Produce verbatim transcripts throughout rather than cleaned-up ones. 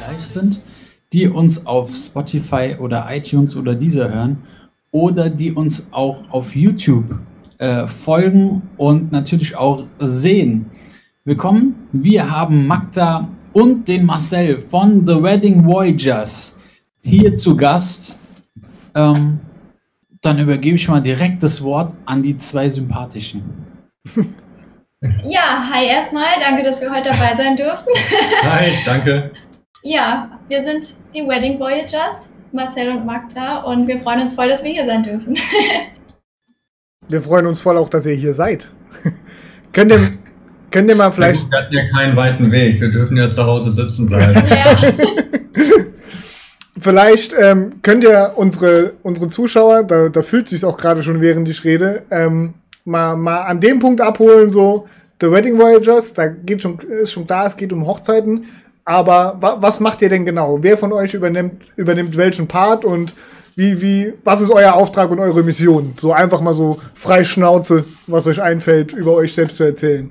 live sind, die uns auf Spotify oder iTunes oder Deezer hören oder die uns auch auf YouTube äh, folgen und natürlich auch sehen. Willkommen, wir haben Magda und den Marcel von The Wedding Voyagers hier zu Gast. Ähm, dann übergebe ich mal direkt das Wort an die zwei Sympathischen. Ja, hi erstmal, danke, dass wir heute dabei sein dürfen. Hi, danke. Ja, wir sind die Wedding Voyagers, Marcel und Magda, und wir freuen uns voll, dass wir hier sein dürfen. Wir freuen uns voll auch, dass ihr hier seid. könnt, ihr, könnt ihr mal vielleicht... Wir hatten ja keinen weiten Weg, wir dürfen ja zu Hause sitzen bleiben. Ja. Vielleicht ähm, könnt ihr unsere, unsere Zuschauer, da, da fühlt sich auch gerade schon, während ich rede, ähm, mal, mal an dem Punkt abholen, so The Wedding Voyagers, da geht schon, ist schon klar, es geht um Hochzeiten, aber wa, was macht ihr denn genau? Wer von euch übernimmt, übernimmt welchen Part und wie, wie, was ist euer Auftrag und eure Mission? So einfach mal so frei Schnauze, was euch einfällt, über euch selbst zu erzählen.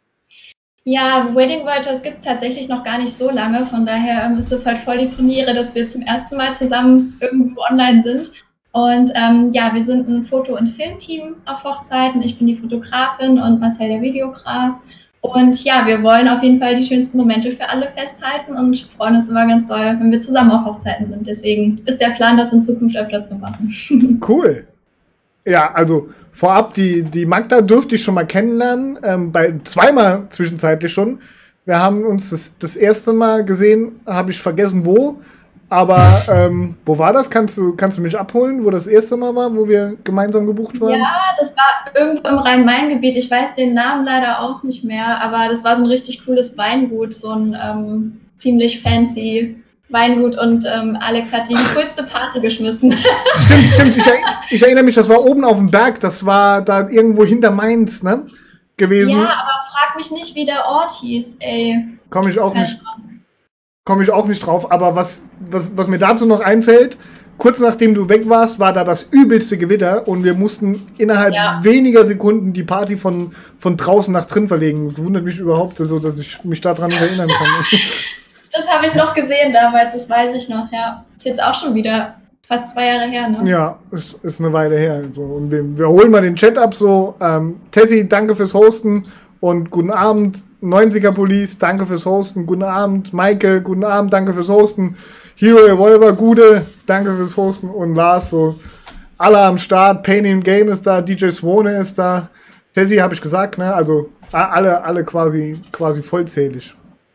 Ja, Wedding Voyagers gibt es tatsächlich noch gar nicht so lange, von daher ähm, ist das heute voll die Premiere, dass wir zum ersten Mal zusammen irgendwo online sind. Und ähm, ja, wir sind ein Foto- und Filmteam auf Hochzeiten. Ich bin die Fotografin und Marcel der Videograf. Und ja, wir wollen auf jeden Fall die schönsten Momente für alle festhalten und freuen uns immer ganz doll, wenn wir zusammen auf Hochzeiten sind. Deswegen ist der Plan, das in Zukunft öfter zu machen. Cool. Ja, also vorab, die, die Magda durfte ich schon mal kennenlernen, ähm, bei, zweimal zwischenzeitlich schon. Wir haben uns das, das erste Mal gesehen, habe ich vergessen wo, aber ähm, wo war das? Kannst du, kannst du mich abholen, wo das erste Mal war, wo wir gemeinsam gebucht waren? Ja, das war irgendwo im Rhein-Main-Gebiet, ich weiß den Namen leider auch nicht mehr, aber das war so ein richtig cooles Weingut, so ein ähm, ziemlich fancy Weingut und ähm, Alex hat die coolste Party geschmissen. Stimmt, stimmt. Ich, ich erinnere mich, das war oben auf dem Berg. Das war da irgendwo hinter Mainz, ne? Gewesen. Ja, aber frag mich nicht, wie der Ort hieß, ey. Komme ich auch nicht, komme ich auch nicht drauf. Aber was, was, was mir dazu noch einfällt, kurz nachdem du weg warst, war da das übelste Gewitter und wir mussten innerhalb ja. weniger Sekunden die Party von, von draußen nach drin verlegen. Das wundert mich überhaupt, so, dass ich mich daran nicht erinnern kann. Das habe ich noch gesehen damals, das weiß ich noch, ja. Ist jetzt auch schon wieder fast zwei Jahre her, ne? Ja, ist, ist eine Weile her. So. Und wir, wir holen mal den Chat ab, so. Ähm, Tessie, danke fürs Hosten und guten Abend. neunziger Police, danke fürs Hosten, guten Abend. Maike, guten Abend, danke fürs Hosten. Hero Evolver, Gude, danke fürs Hosten. Und Lars, so. Alle am Start, Pain in Game ist da, D J Swone ist da. Tessie habe ich gesagt, ne? Also alle, alle quasi, quasi vollzählig.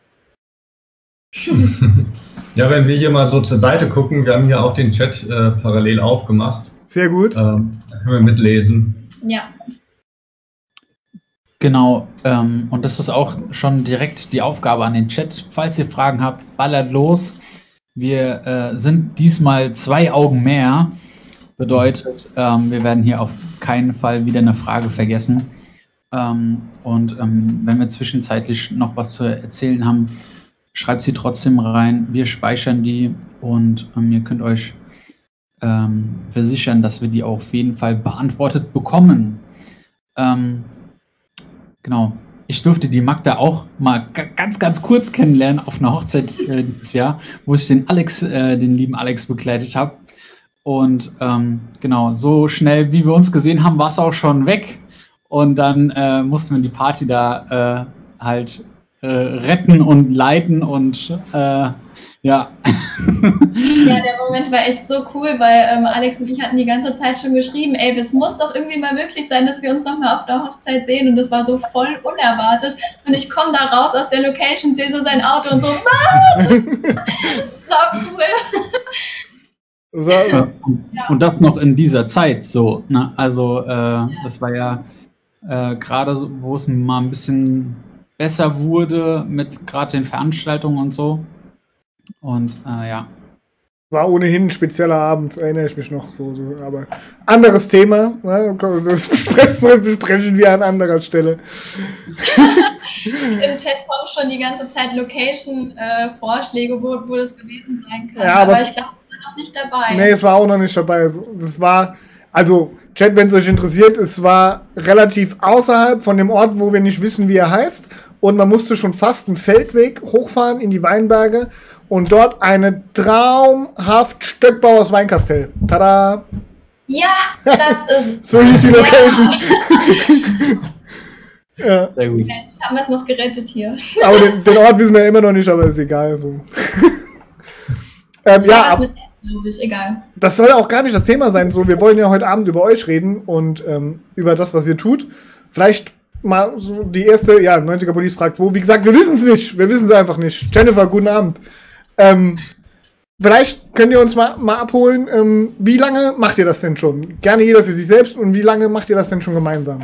Ja, wenn wir hier mal so zur Seite gucken, wir haben hier auch den Chat äh, parallel aufgemacht. Sehr gut. Ähm, da können wir mitlesen. Ja. Genau, ähm, und das ist auch schon direkt die Aufgabe an den Chat. Falls ihr Fragen habt, ballert los. Wir äh, sind diesmal zwei Augen mehr. Bedeutet, ähm, wir werden hier auf keinen Fall wieder eine Frage vergessen. Ähm, und ähm, wenn wir zwischenzeitlich noch was zu erzählen haben, schreibt sie trotzdem rein, wir speichern die und ähm, ihr könnt euch ähm, versichern, dass wir die auf jeden Fall beantwortet bekommen. Ähm, genau, ich durfte die Magda auch mal ganz, ganz kurz kennenlernen auf einer Hochzeit äh, dieses Jahr, wo ich den Alex, äh, den lieben Alex begleitet habe. Und ähm, genau, so schnell wie wir uns gesehen haben, war es auch schon weg. Und dann äh, mussten wir die Party da äh, halt retten und leiten und äh, ja. Ja, der Moment war echt so cool, weil ähm, Alex und ich hatten die ganze Zeit schon geschrieben, ey, es muss doch irgendwie mal möglich sein, dass wir uns nochmal auf der Hochzeit sehen und das war so voll unerwartet und ich komme da raus aus der Location, sehe so sein Auto und so, was? So cool. So, ja. Und das noch in dieser Zeit so, ne? Also äh, ja. Das war ja äh, gerade so, wo es mal ein bisschen besser wurde mit gerade den Veranstaltungen und so. Und äh, ja. War ohnehin ein spezieller Abend, erinnere ich mich noch so. so aber anderes Thema, ne? Das besprechen, besprechen wir an anderer Stelle. Im Chat kommen schon die ganze Zeit Location-Vorschläge, äh, wo, wo das gewesen sein kann. Ja, aber, aber ich glaube, es war noch nicht dabei. Nee, es war auch noch nicht dabei. Das war, also, Chat, wenn es euch interessiert, es war relativ außerhalb von dem Ort, wo wir nicht wissen, wie er heißt. und man musste schon fast einen Feldweg hochfahren in die Weinberge und dort eine traumhaft Stöckbauers Weinkastell. Tada! Ja, das ist. So hieß die Location. Ja. Ja. Sehr gut. Mensch, haben wir es noch gerettet hier. Aber den, den Ort wissen wir immer noch nicht, aber ist egal. So. ähm, Das ja, war was ab, mit Essen, glaube ich, egal. das soll auch gar nicht das Thema sein. So, wir wollen ja heute Abend über euch reden und ähm, über das, was ihr tut. Vielleicht mal so die erste, ja, neunziger Police fragt wo. Wie gesagt, wir wissen es nicht. Wir wissen es einfach nicht. Jennifer, guten Abend. Ähm, vielleicht könnt ihr uns mal, mal abholen. Ähm, wie lange macht ihr das denn schon? Gerne jeder für sich selbst. Und wie lange macht ihr das denn schon gemeinsam?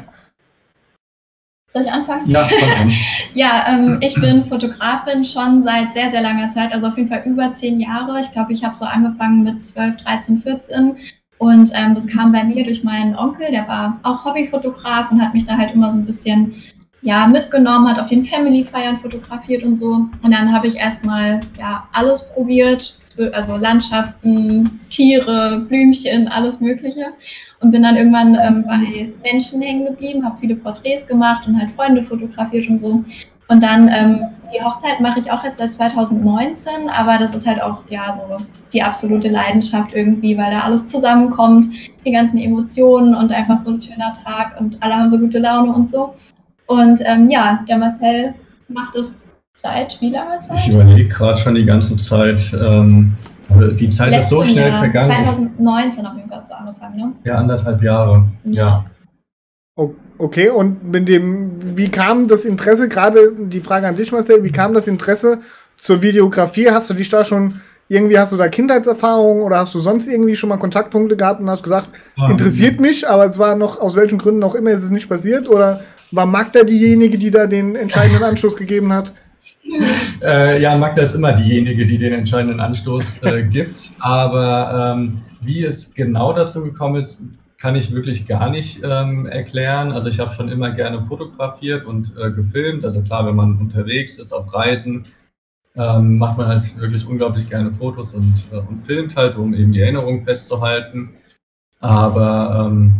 Soll ich anfangen? Ja, fang an. Ja, ähm, ich bin Fotografin schon seit sehr, sehr langer Zeit, also auf jeden Fall über zehn Jahre. Ich glaube, ich habe so angefangen mit zwölf, dreizehn, vierzehn und ähm, das kam bei mir durch meinen Onkel, der war auch Hobbyfotograf und hat mich da halt immer so ein bisschen ja, mitgenommen, hat auf den Family-Feiern fotografiert und so. Und dann habe ich erstmal ja, alles probiert, also Landschaften, Tiere, Blümchen, alles Mögliche. Und bin dann irgendwann ähm, bei Menschen hängen geblieben, habe viele Porträts gemacht und halt Freunde fotografiert und so. Und dann ähm, die Hochzeit mache ich auch erst seit zweitausendneunzehn, aber das ist halt auch ja so die absolute Leidenschaft irgendwie, weil da alles zusammenkommt, die ganzen Emotionen und einfach so ein schöner Tag und alle haben so gute Laune und so. Und ähm, ja, der Marcel macht es seit wie langer Zeit? Ich überlege gerade schon die ganze Zeit. Ähm, die Zeit ist so schnell Jahr, vergangen. zweitausendneunzehn auf jeden Fall hast du angefangen, ne? Ja, anderthalb Jahre. Ja. Okay, und mit dem, wie kam das Interesse, gerade die Frage an dich, Marcel, wie kam das Interesse zur Videografie? Hast du dich da schon, irgendwie hast du da Kindheitserfahrungen oder hast du sonst irgendwie schon mal Kontaktpunkte gehabt und hast gesagt, es Ja. interessiert mich, aber es war noch, aus welchen Gründen auch immer ist es nicht passiert? Oder war Magda diejenige, die da den entscheidenden Anschluss gegeben hat? Äh, ja, Magda ist immer diejenige, die den entscheidenden Anstoß äh, gibt. Aber ähm, wie es genau dazu gekommen ist, kann ich wirklich gar nicht ähm, erklären. Also ich habe schon immer gerne fotografiert und äh, gefilmt. Also klar, wenn man unterwegs ist, auf Reisen, ähm, macht man halt wirklich unglaublich gerne Fotos und, äh, und filmt halt, um eben die Erinnerung festzuhalten. Aber ähm,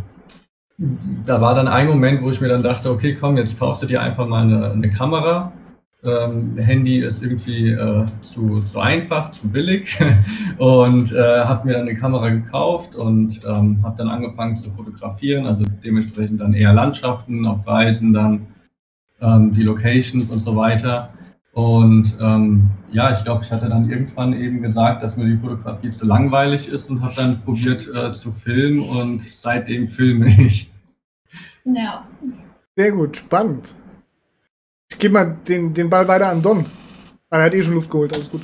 da war dann ein Moment, wo ich mir dann dachte, okay, komm, jetzt kaufst du dir einfach mal eine, eine Kamera. Ähm, Handy ist irgendwie äh, zu, zu einfach, zu billig und äh, habe mir dann eine Kamera gekauft und ähm, habe dann angefangen zu fotografieren, also dementsprechend dann eher Landschaften auf Reisen, dann ähm, die Locations und so weiter. Und ähm, ja, ich glaube, ich hatte dann irgendwann eben gesagt, dass mir die Fotografie zu langweilig ist und habe dann probiert äh, zu filmen und seitdem filme ich. Ja. Sehr gut, spannend. Ich gebe mal den, den Ball weiter an Don. Er hat eh schon Luft geholt, alles gut.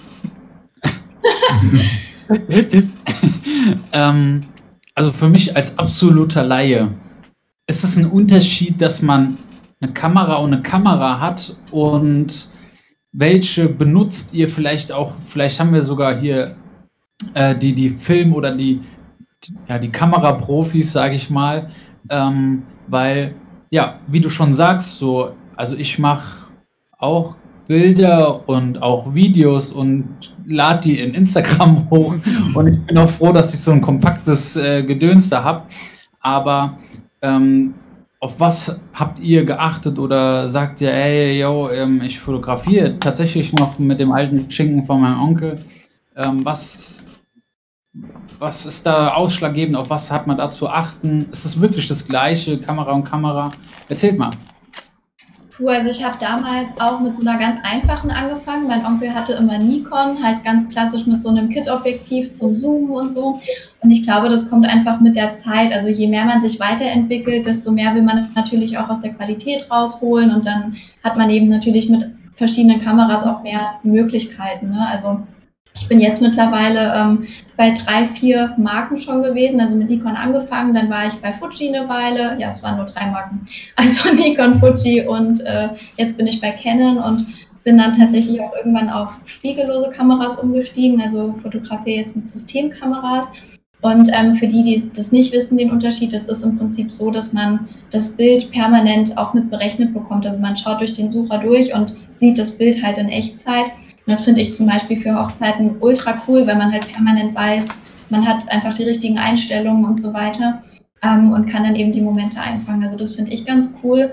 ähm, also für mich als absoluter Laie ist es ein Unterschied, dass man eine Kamera und eine Kamera hat und welche benutzt ihr vielleicht auch, vielleicht haben wir sogar hier äh, die, die Film- oder die, die, ja, die Kameraprofis, sage ich mal, ähm, weil, ja, wie du schon sagst, so, also ich mache auch Bilder und auch Videos und lade die in Instagram hoch und ich bin auch froh, dass ich so ein kompaktes äh, Gedöns da habe, aber ähm, auf was habt ihr geachtet oder sagt ihr, ey, yo, ähm, ich fotografiere tatsächlich noch mit dem alten Schinken von meinem Onkel, ähm, was, was ist da ausschlaggebend, auf was hat man da zu achten? Ist es wirklich das Gleiche, Kamera und Kamera? Erzählt mal. Puh, also ich habe damals auch mit so einer ganz einfachen angefangen. Mein Onkel hatte immer Nikon, halt ganz klassisch mit so einem Kit-Objektiv zum Zoomen und so. Und ich glaube, das kommt einfach mit der Zeit. Also je mehr man sich weiterentwickelt, desto mehr will man natürlich auch aus der Qualität rausholen. Und dann hat man eben natürlich mit verschiedenen Kameras auch mehr Möglichkeiten, ne? Also ich bin jetzt mittlerweile ähm, bei drei, vier Marken schon gewesen, also mit Nikon angefangen, dann war ich bei Fuji eine Weile, ja, es waren nur drei Marken, also Nikon, Fuji und äh, jetzt bin ich bei Canon und bin dann tatsächlich auch irgendwann auf spiegellose Kameras umgestiegen, also fotografiere jetzt mit Systemkameras. Und ähm, für die, die das nicht wissen, den Unterschied, das ist im Prinzip so, dass man das Bild permanent auch mit berechnet bekommt. Also man schaut durch den Sucher durch und sieht das Bild halt in Echtzeit. Und das finde ich zum Beispiel für Hochzeiten ultra cool, weil man halt permanent weiß, man hat einfach die richtigen Einstellungen und so weiter ähm, und kann dann eben die Momente einfangen. Also das finde ich ganz cool.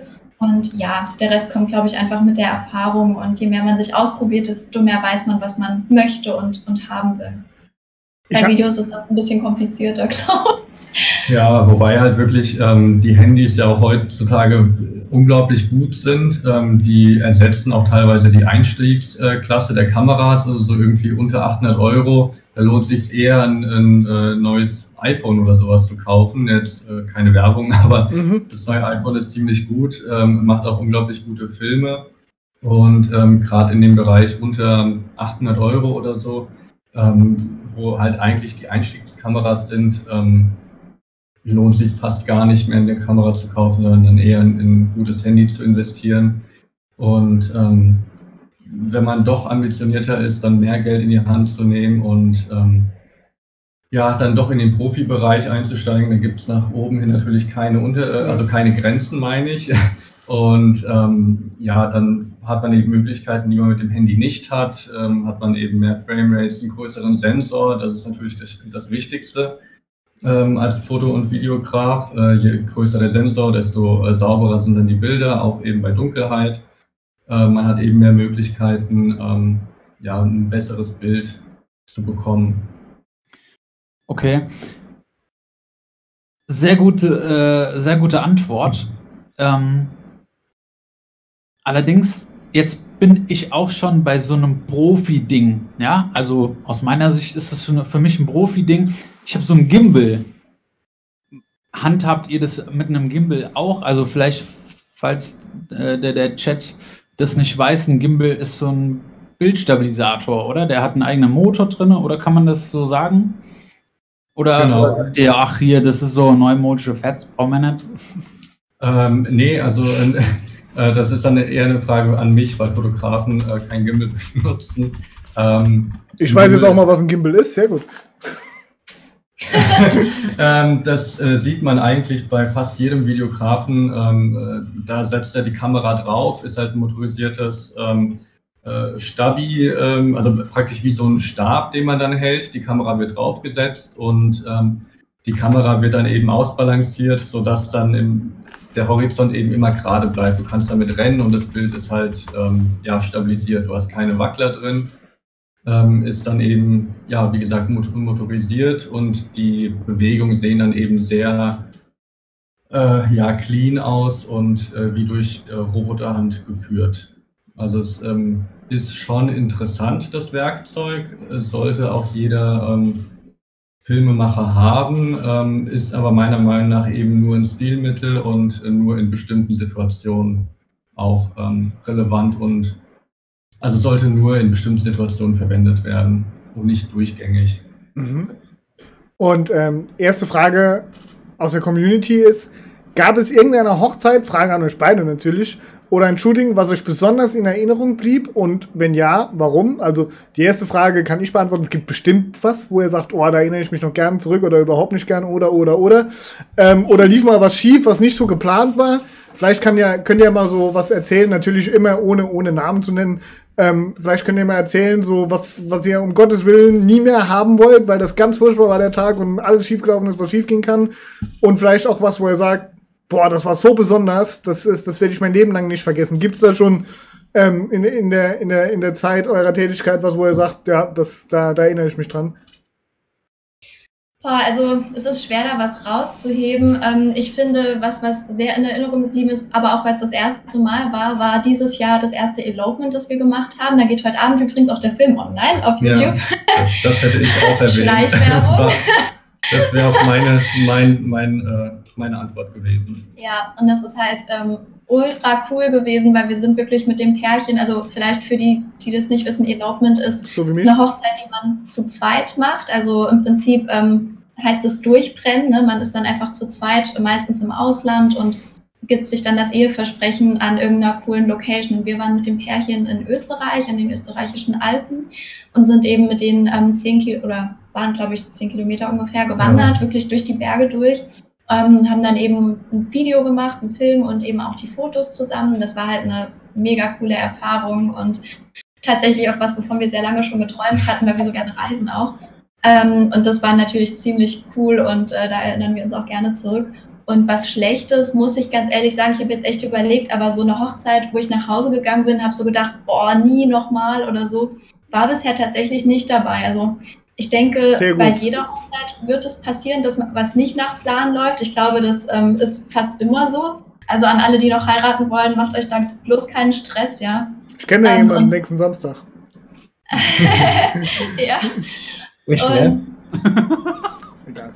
Und ja, der Rest kommt, glaube ich, einfach mit der Erfahrung. Und je mehr man sich ausprobiert, desto mehr weiß man, was man möchte und, und haben will. Bei Videos ist das ein bisschen komplizierter, glaube ich. Ja, wobei halt wirklich ähm, die Handys ja auch heutzutage unglaublich gut sind. Ähm, die ersetzen auch teilweise die Einstiegsklasse der Kameras, also so irgendwie unter achthundert Euro. Da lohnt es sich eher, ein, ein äh, neues iPhone oder sowas zu kaufen. Jetzt äh, keine Werbung, aber mhm. das neue iPhone ist ziemlich gut, ähm, macht auch unglaublich gute Filme. Und ähm, gerade in dem Bereich unter achthundert Euro oder so, ähm, wo halt eigentlich die Einstiegskameras sind, ähm, lohnt sich fast gar nicht mehr, eine Kamera zu kaufen, sondern dann eher in, in ein gutes Handy zu investieren. Und ähm, wenn man doch ambitionierter ist, dann mehr Geld in die Hand zu nehmen und ähm, ja, dann doch in den Profibereich einzusteigen. Da gibt es nach oben hin natürlich keine Unter, also keine Grenzen, meine ich. Und ähm, ja, dann hat man eben Möglichkeiten, die man mit dem Handy nicht hat. Ähm, hat man eben mehr Framerates, einen größeren Sensor. Das ist natürlich das, das Wichtigste ähm, als Foto- und Videograf. Äh, je größer der Sensor, desto äh, sauberer sind dann die Bilder, auch eben bei Dunkelheit. Äh, man hat eben mehr Möglichkeiten, ähm, ja, ein besseres Bild zu bekommen. Okay. Sehr gute, äh, sehr gute Antwort. Ähm, allerdings, jetzt bin ich auch schon bei so einem Profi-Ding. Ja, also aus meiner Sicht ist es für, für mich ein Profi-Ding. Ich habe so ein Gimbal. Handhabt ihr das mit einem Gimbal auch? Also vielleicht, falls äh, der, der Chat das nicht weiß, ein Gimbal ist so ein Bildstabilisator, oder? Der hat einen eigenen Motor drin, oder kann man das so sagen? Oder genau. sagt ihr, ach hier, das ist so neumodische Fats, brauchen wir nicht? Ähm, nee, also äh, äh, das ist dann eher eine Frage an mich, weil Fotografen äh, kein Gimbal benutzen. Ähm, ich weiß jetzt auch mal, was ein Gimbal ist, sehr gut. ähm, das äh, sieht man eigentlich bei fast jedem Videografen. Ähm, äh, da setzt er die Kamera drauf, ist halt ein motorisiertes ähm, äh, Stabi, ähm, also praktisch wie so ein Stab, den man dann hält. Die Kamera wird draufgesetzt und ähm, die Kamera wird dann eben ausbalanciert, sodass dann im, der Horizont eben immer gerade bleibt. Du kannst damit rennen und das Bild ist halt ähm, ja, stabilisiert. Du hast keine Wackler drin. Ähm, ist dann eben, ja, wie gesagt, motorisiert und die Bewegungen sehen dann eben sehr äh, ja, clean aus und äh, wie durch äh, Roboterhand geführt. Also es ähm, ist schon interessant, das Werkzeug. Es sollte auch jeder ähm, Filmemacher haben, ähm, ist aber meiner Meinung nach eben nur ein Stilmittel und äh, nur in bestimmten Situationen auch ähm, relevant und also sollte nur in bestimmten Situationen verwendet werden und nicht durchgängig. Mhm. Und ähm, erste Frage aus der Community ist, gab es irgendeine Hochzeit, Frage an euch beide natürlich, oder ein Shooting, was euch besonders in Erinnerung blieb? Und wenn ja, warum? Also die erste Frage kann ich beantworten. Es gibt bestimmt was, wo ihr sagt, oh, da erinnere ich mich noch gern zurück oder überhaupt nicht gern oder, oder, oder. Ähm, oder lief mal was schief, was nicht so geplant war? Vielleicht kann ja, könnt ihr mal so was erzählen, natürlich immer ohne, ohne Namen zu nennen. Ähm, vielleicht könnt ihr mal erzählen, so was, was ihr um Gottes Willen nie mehr haben wollt, weil das ganz furchtbar war der Tag und alles schiefgelaufen ist, was schiefgehen kann. Und vielleicht auch was, wo ihr sagt, boah, das war so besonders, das ist, das werde ich mein Leben lang nicht vergessen. Gibt es da schon ähm, in, in, der, in, der, in der Zeit eurer Tätigkeit was, wo ihr sagt, ja, das, da, da erinnere ich mich dran? Boah, also es ist schwer, da was rauszuheben. Ähm, ich finde, was, was sehr in Erinnerung geblieben ist, aber auch weil es das erste Mal war, war dieses Jahr das erste Elopement, das wir gemacht haben. Da geht heute Abend übrigens auch der Film online auf YouTube. Ja, das hätte ich auch erwähnt. Schleichwerbung. Das wäre auch meine, mein, mein, äh, meine Antwort gewesen. Ja, und das ist halt ähm, ultra cool gewesen, weil wir sind wirklich mit dem Pärchen, also vielleicht für die, die das nicht wissen, Elopement ist so eine Hochzeit, die man zu zweit macht. Also im Prinzip ähm, heißt es durchbrennen. Ne? Man ist dann einfach zu zweit, meistens im Ausland und gibt sich dann das Eheversprechen an irgendeiner coolen Location. Und wir waren mit dem Pärchen in Österreich, an den österreichischen Alpen und sind eben mit denen ähm, zehn Kilometer oder waren, glaube ich, zehn Kilometer ungefähr gewandert, ja. Wirklich durch die Berge durch. Ähm, haben dann eben ein Video gemacht, einen Film und eben auch die Fotos zusammen. Das war halt eine mega coole Erfahrung und tatsächlich auch was, wovon wir sehr lange schon geträumt hatten, weil wir so gerne reisen auch. Ähm, und das war natürlich ziemlich cool und äh, da erinnern wir uns auch gerne zurück. Und was Schlechtes, muss ich ganz ehrlich sagen, ich habe jetzt echt überlegt, aber so eine Hochzeit, wo ich nach Hause gegangen bin, habe so gedacht, boah, nie nochmal oder so, war bisher tatsächlich nicht dabei. Also ich denke, bei jeder Hochzeit wird es passieren, dass was nicht nach Plan läuft. Ich glaube, das ähm, ist fast immer so. Also an alle, die noch heiraten wollen, macht euch da bloß keinen Stress, ja. Ich kenne ja ähm, jemanden nächsten Samstag. Ja. Wie schnell? Egal.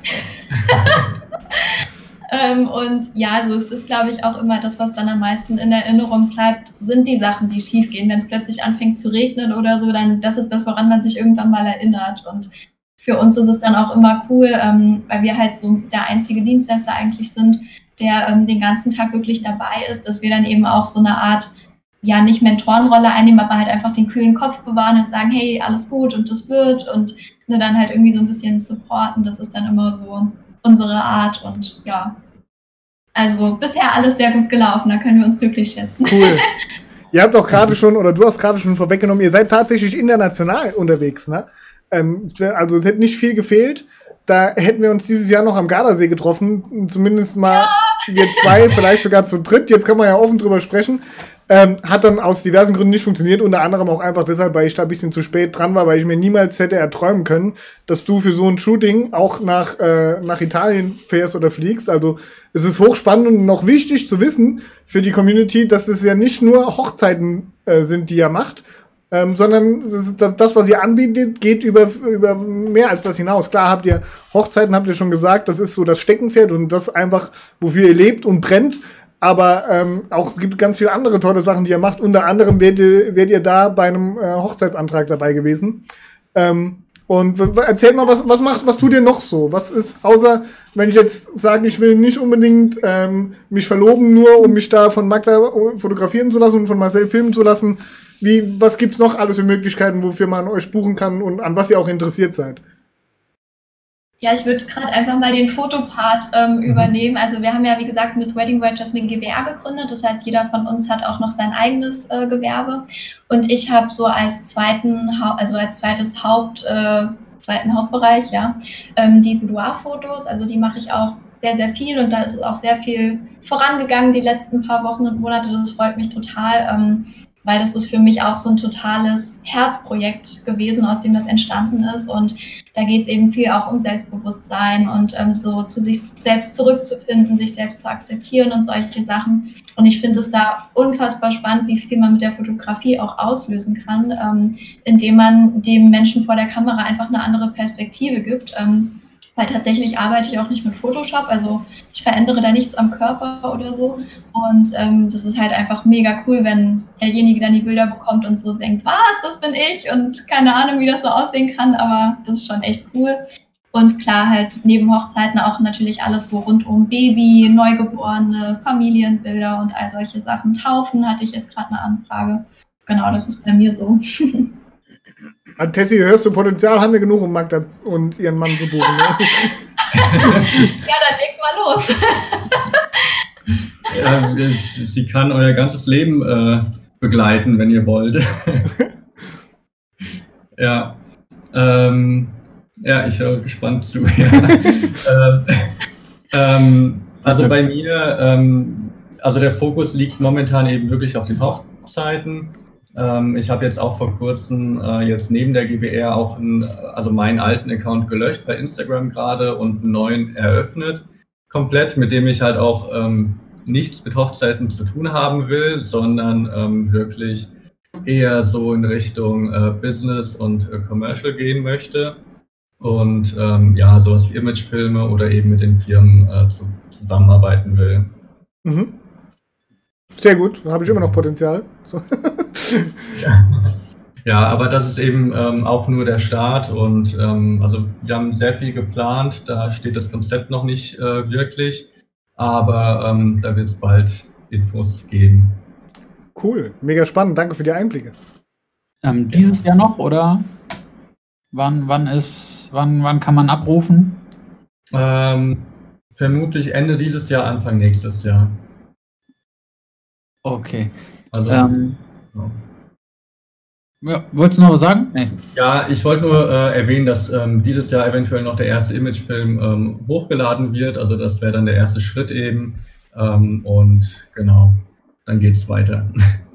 ähm, und ja, also es ist, glaube ich, auch immer das, was dann am meisten in Erinnerung bleibt, sind die Sachen, die schief gehen. Wenn es plötzlich anfängt zu regnen oder so, dann das ist das, woran man sich irgendwann mal erinnert. Und für uns ist es dann auch immer cool, ähm, weil wir halt so der einzige Dienstleister eigentlich sind, der ähm, den ganzen Tag wirklich dabei ist, dass wir dann eben auch so eine Art, ja, nicht Mentorenrolle einnehmen, aber halt einfach den kühlen Kopf bewahren und sagen, hey, alles gut und das wird und ne, dann halt irgendwie so ein bisschen supporten. Das ist dann immer so unsere Art und ja, also bisher alles sehr gut gelaufen, da können wir uns glücklich schätzen. Cool. Ihr habt auch gerade schon, oder du hast gerade schon vorweggenommen, ihr seid tatsächlich international unterwegs, ne? Ähm, also es hätte nicht viel gefehlt. Da hätten wir uns dieses Jahr noch am Gardasee getroffen, zumindest mal ja. wir zwei, vielleicht sogar zu dritt. Jetzt kann man ja offen drüber sprechen. Ähm, hat dann aus diversen Gründen nicht funktioniert, unter anderem auch einfach deshalb, weil ich da ein bisschen zu spät dran war, weil ich mir niemals hätte erträumen können, dass du für so ein Shooting auch nach, äh, nach Italien fährst oder fliegst. Also es ist hochspannend und noch wichtig zu wissen für die Community, dass es ja nicht nur Hochzeiten äh, sind, die ihr macht, ähm, sondern das, das, was ihr anbietet, geht über, über mehr als das hinaus. Klar habt ihr Hochzeiten, habt ihr schon gesagt, das ist so das Steckenpferd und das einfach, wofür ihr lebt und brennt. Aber ähm, auch es gibt ganz viele andere tolle Sachen, die ihr macht. Unter anderem werdet ihr, werdet ihr da bei einem äh, Hochzeitsantrag dabei gewesen. Ähm, und erzählt mal, was, was macht, was tut ihr noch so? Was ist, außer wenn ich jetzt sage, ich will nicht unbedingt ähm, mich verloben, nur um mich da von Magda fotografieren zu lassen und von Marcel filmen zu lassen. Wie, was gibt's noch alles für Möglichkeiten, wofür man euch buchen kann und an was ihr auch interessiert seid? Ja, ich würde gerade einfach mal den Fotopart ähm, übernehmen. Also wir haben ja, wie gesagt, mit Wedding Voyagers eine G b R gegründet. Das heißt, jeder von uns hat auch noch sein eigenes äh, Gewerbe. Und ich habe so als zweiten, ha also als zweites Haupt, äh, zweiten Hauptbereich, ja, ähm, die Boudoir-Fotos. Also die mache ich auch sehr, sehr viel. Und da ist auch sehr viel vorangegangen die letzten paar Wochen und Monate. Das freut mich total. Ähm, weil das ist für mich auch so ein totales Herzprojekt gewesen, aus dem das entstanden ist. Und da geht es eben viel auch um Selbstbewusstsein und ähm, so zu sich selbst zurückzufinden, sich selbst zu akzeptieren und solche Sachen. Und ich finde es da unfassbar spannend, wie viel man mit der Fotografie auch auslösen kann, ähm, indem man dem Menschen vor der Kamera einfach eine andere Perspektive gibt. Ähm, Weil tatsächlich arbeite ich auch nicht mit Photoshop, also ich verändere da nichts am Körper oder so. Und ähm, das ist halt einfach mega cool, wenn derjenige dann die Bilder bekommt und so denkt, was, das bin ich und keine Ahnung, wie das so aussehen kann, aber das ist schon echt cool. Und klar, halt neben Hochzeiten auch natürlich alles so rund um Baby, Neugeborene, Familienbilder und all solche Sachen. Taufen hatte ich jetzt gerade eine Anfrage. Genau, das ist bei mir so. An Tessie, hörst du, Potenzial haben wir genug, um Magda und ihren Mann zu buchen. Ne? Ja, dann legt mal los. Ja, sie kann euer ganzes Leben äh, begleiten, wenn ihr wollt. Ja, ähm, ja, ich höre gespannt zu. Ja. ähm, ähm, also bei mir, ähm, also der Fokus liegt momentan eben wirklich auf den Hochzeiten. Ich habe jetzt auch vor kurzem äh, jetzt neben der G B R auch einen, also meinen alten Account gelöscht bei Instagram gerade und einen neuen eröffnet, komplett, mit dem ich halt auch ähm, nichts mit Hochzeiten zu tun haben will, sondern ähm, wirklich eher so in Richtung äh, Business und äh, Commercial gehen möchte und ähm, ja, sowas wie Imagefilme oder eben mit den Firmen äh, zu, zusammenarbeiten will. Mhm. Sehr gut, da habe ich immer noch Potenzial. So. Ja, aber das ist eben ähm, auch nur der Start und ähm, also wir haben sehr viel geplant, da steht das Konzept noch nicht äh, wirklich, aber ähm, da wird es bald Infos geben. Cool, mega spannend, danke für die Einblicke. Ähm, dieses Jahr noch oder wann, wann, ist, wann, wann kann man abrufen? Ähm, vermutlich Ende dieses Jahr, Anfang nächstes Jahr. Okay. Also, ähm, ja. Ja, wolltest du noch was sagen? Nee. Ja, ich wollte nur äh, erwähnen, dass ähm, dieses Jahr eventuell noch der erste Imagefilm ähm, hochgeladen wird. Also das wäre dann der erste Schritt eben. Ähm, und genau, dann geht es weiter.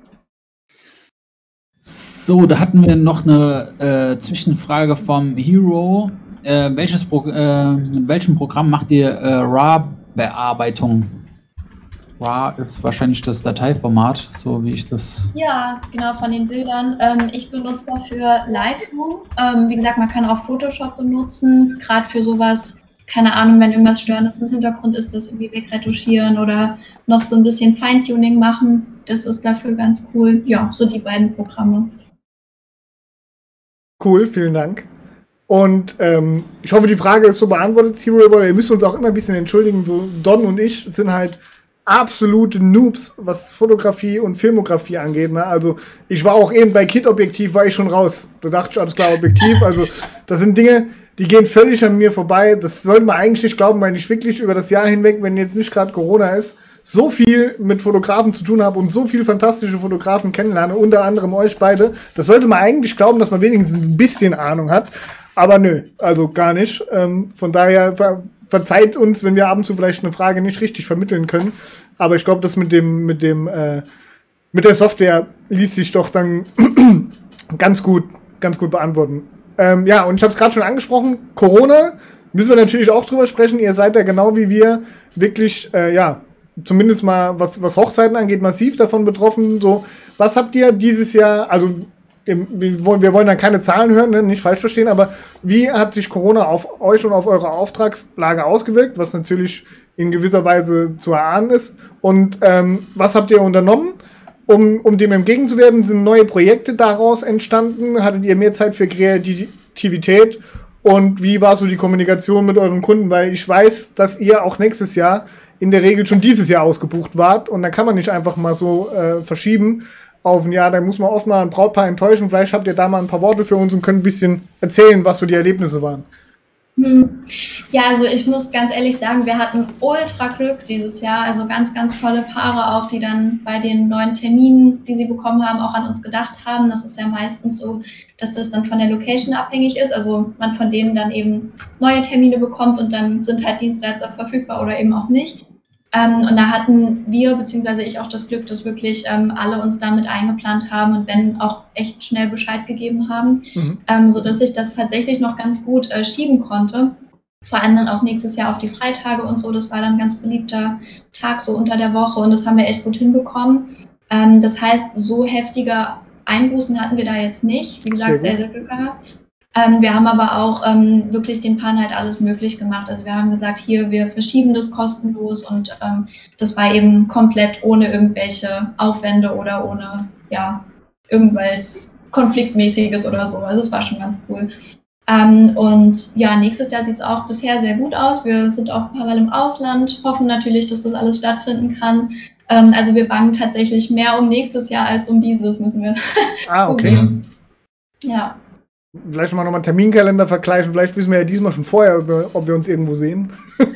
So, da hatten wir noch eine äh, Zwischenfrage vom Hero. Äh, welches Pro äh, mit welchem Programm macht ihr äh, RAW-Bearbeitung? RAW ist wahrscheinlich das Dateiformat, so wie ich das... Ja, genau, von den Bildern. Ähm, ich benutze dafür Lightroom. Ähm, wie gesagt, man kann auch Photoshop benutzen, gerade für sowas, keine Ahnung, wenn irgendwas Störendes im Hintergrund ist, das irgendwie wegretuschieren oder noch so ein bisschen Feintuning machen. Das ist dafür ganz cool. Ja, so die beiden Programme. Cool, vielen Dank. Und ähm, ich hoffe, die Frage ist so beantwortet, Hero Revolver. Ihr müsst uns auch immer ein bisschen entschuldigen. So Don und ich sind halt absolute Noobs, was Fotografie und Filmografie angeht. Ne? Also ich war auch eben bei Kit-Objektiv, war ich schon raus. Da dachte ich, alles klar, Objektiv. Also das sind Dinge, die gehen völlig an mir vorbei. Das sollte man eigentlich nicht glauben, weil ich wirklich über das Jahr hinweg, wenn jetzt nicht gerade Corona ist, so viel mit Fotografen zu tun habe und so viele fantastische Fotografen kennenlerne, unter anderem euch beide. Das sollte man eigentlich glauben, dass man wenigstens ein bisschen Ahnung hat. Aber nö, also gar nicht. Ähm, von daher ver verzeiht uns, wenn wir ab und zu vielleicht eine Frage nicht richtig vermitteln können. Aber ich glaube, das mit dem, mit dem, äh, mit der Software ließ sich doch dann ganz gut, ganz gut beantworten. Ähm, ja, und ich habe es gerade schon angesprochen, Corona, müssen wir natürlich auch drüber sprechen. Ihr seid ja genau wie wir wirklich, äh, ja, zumindest mal, was, was Hochzeiten angeht, massiv davon betroffen. So, was habt ihr dieses Jahr, also wir wollen dann keine Zahlen hören, ne? Nicht falsch verstehen, aber wie hat sich Corona auf euch und auf eure Auftragslage ausgewirkt, was natürlich in gewisser Weise zu erahnen ist? Und ähm, was habt ihr unternommen, um, um dem entgegenzuwirken? Sind neue Projekte daraus entstanden? Hattet ihr mehr Zeit für Kreativität? Und wie war so die Kommunikation mit euren Kunden? Weil ich weiß, dass ihr auch nächstes Jahr in der Regel schon dieses Jahr ausgebucht wart und da kann man nicht einfach mal so äh, verschieben auf ein Jahr, da muss man oft mal ein Brautpaar enttäuschen. Vielleicht habt ihr da mal ein paar Worte für uns und könnt ein bisschen erzählen, was so die Erlebnisse waren. Hm. Ja, also ich muss ganz ehrlich sagen, wir hatten ultra Glück dieses Jahr, also ganz, ganz tolle Paare auch, die dann bei den neuen Terminen, die sie bekommen haben, auch an uns gedacht haben. Das ist ja meistens so, dass das dann von der Location abhängig ist, also man von denen dann eben neue Termine bekommt und dann sind halt Dienstleister verfügbar oder eben auch nicht. Ähm, und da hatten wir, beziehungsweise ich auch das Glück, dass wirklich ähm, alle uns damit eingeplant haben und wenn auch echt schnell Bescheid gegeben haben, mhm. ähm, sodass ich das tatsächlich noch ganz gut äh, schieben konnte. Vor allem dann auch nächstes Jahr auf die Freitage und so. Das war dann ein ganz beliebter Tag so unter der Woche und das haben wir echt gut hinbekommen. Ähm, das heißt, so heftige Einbußen hatten wir da jetzt nicht. Wie gesagt, sehr, sehr, sehr Glück gehabt. Ähm, wir haben aber auch ähm, wirklich den Paaren halt alles möglich gemacht. Also wir haben gesagt, hier, wir verschieben das kostenlos und ähm, das war eben komplett ohne irgendwelche Aufwände oder ohne, ja, irgendwas Konfliktmäßiges oder so. Also es war schon ganz cool. Ähm, und ja, nächstes Jahr sieht es auch bisher sehr gut aus. Wir sind auch parallel im Ausland, hoffen natürlich, dass das alles stattfinden kann. Ähm, also wir bangen tatsächlich mehr um nächstes Jahr als um dieses, müssen wir ah, okay. zugeben. Ja. Vielleicht mal nochmal einen Terminkalender vergleichen. Vielleicht wissen wir ja diesmal schon vorher, ob wir, ob wir uns irgendwo sehen.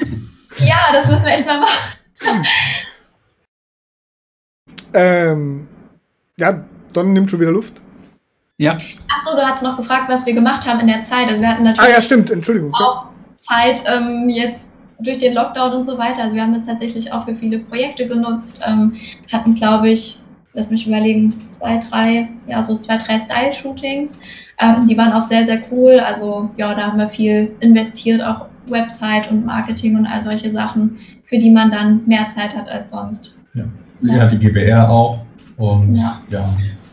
Ja, das müssen wir echt mal machen. ähm, ja, Don nimmt schon wieder Luft. Ja. Achso, du hast noch gefragt, was wir gemacht haben in der Zeit. Also wir hatten natürlich ah, ja, stimmt. Entschuldigung. auch Zeit ähm, jetzt durch den Lockdown und so weiter. Also wir haben das tatsächlich auch für viele Projekte genutzt. Ähm, hatten, glaube ich, lass mich überlegen, zwei, drei, ja, so zwei, drei Style-Shootings. Ähm, die waren auch sehr, sehr cool. Also ja, da haben wir viel investiert, auch Website und Marketing und all solche Sachen, für die man dann mehr Zeit hat als sonst. Ja, ja. ja die G B R auch. Und ja. ja.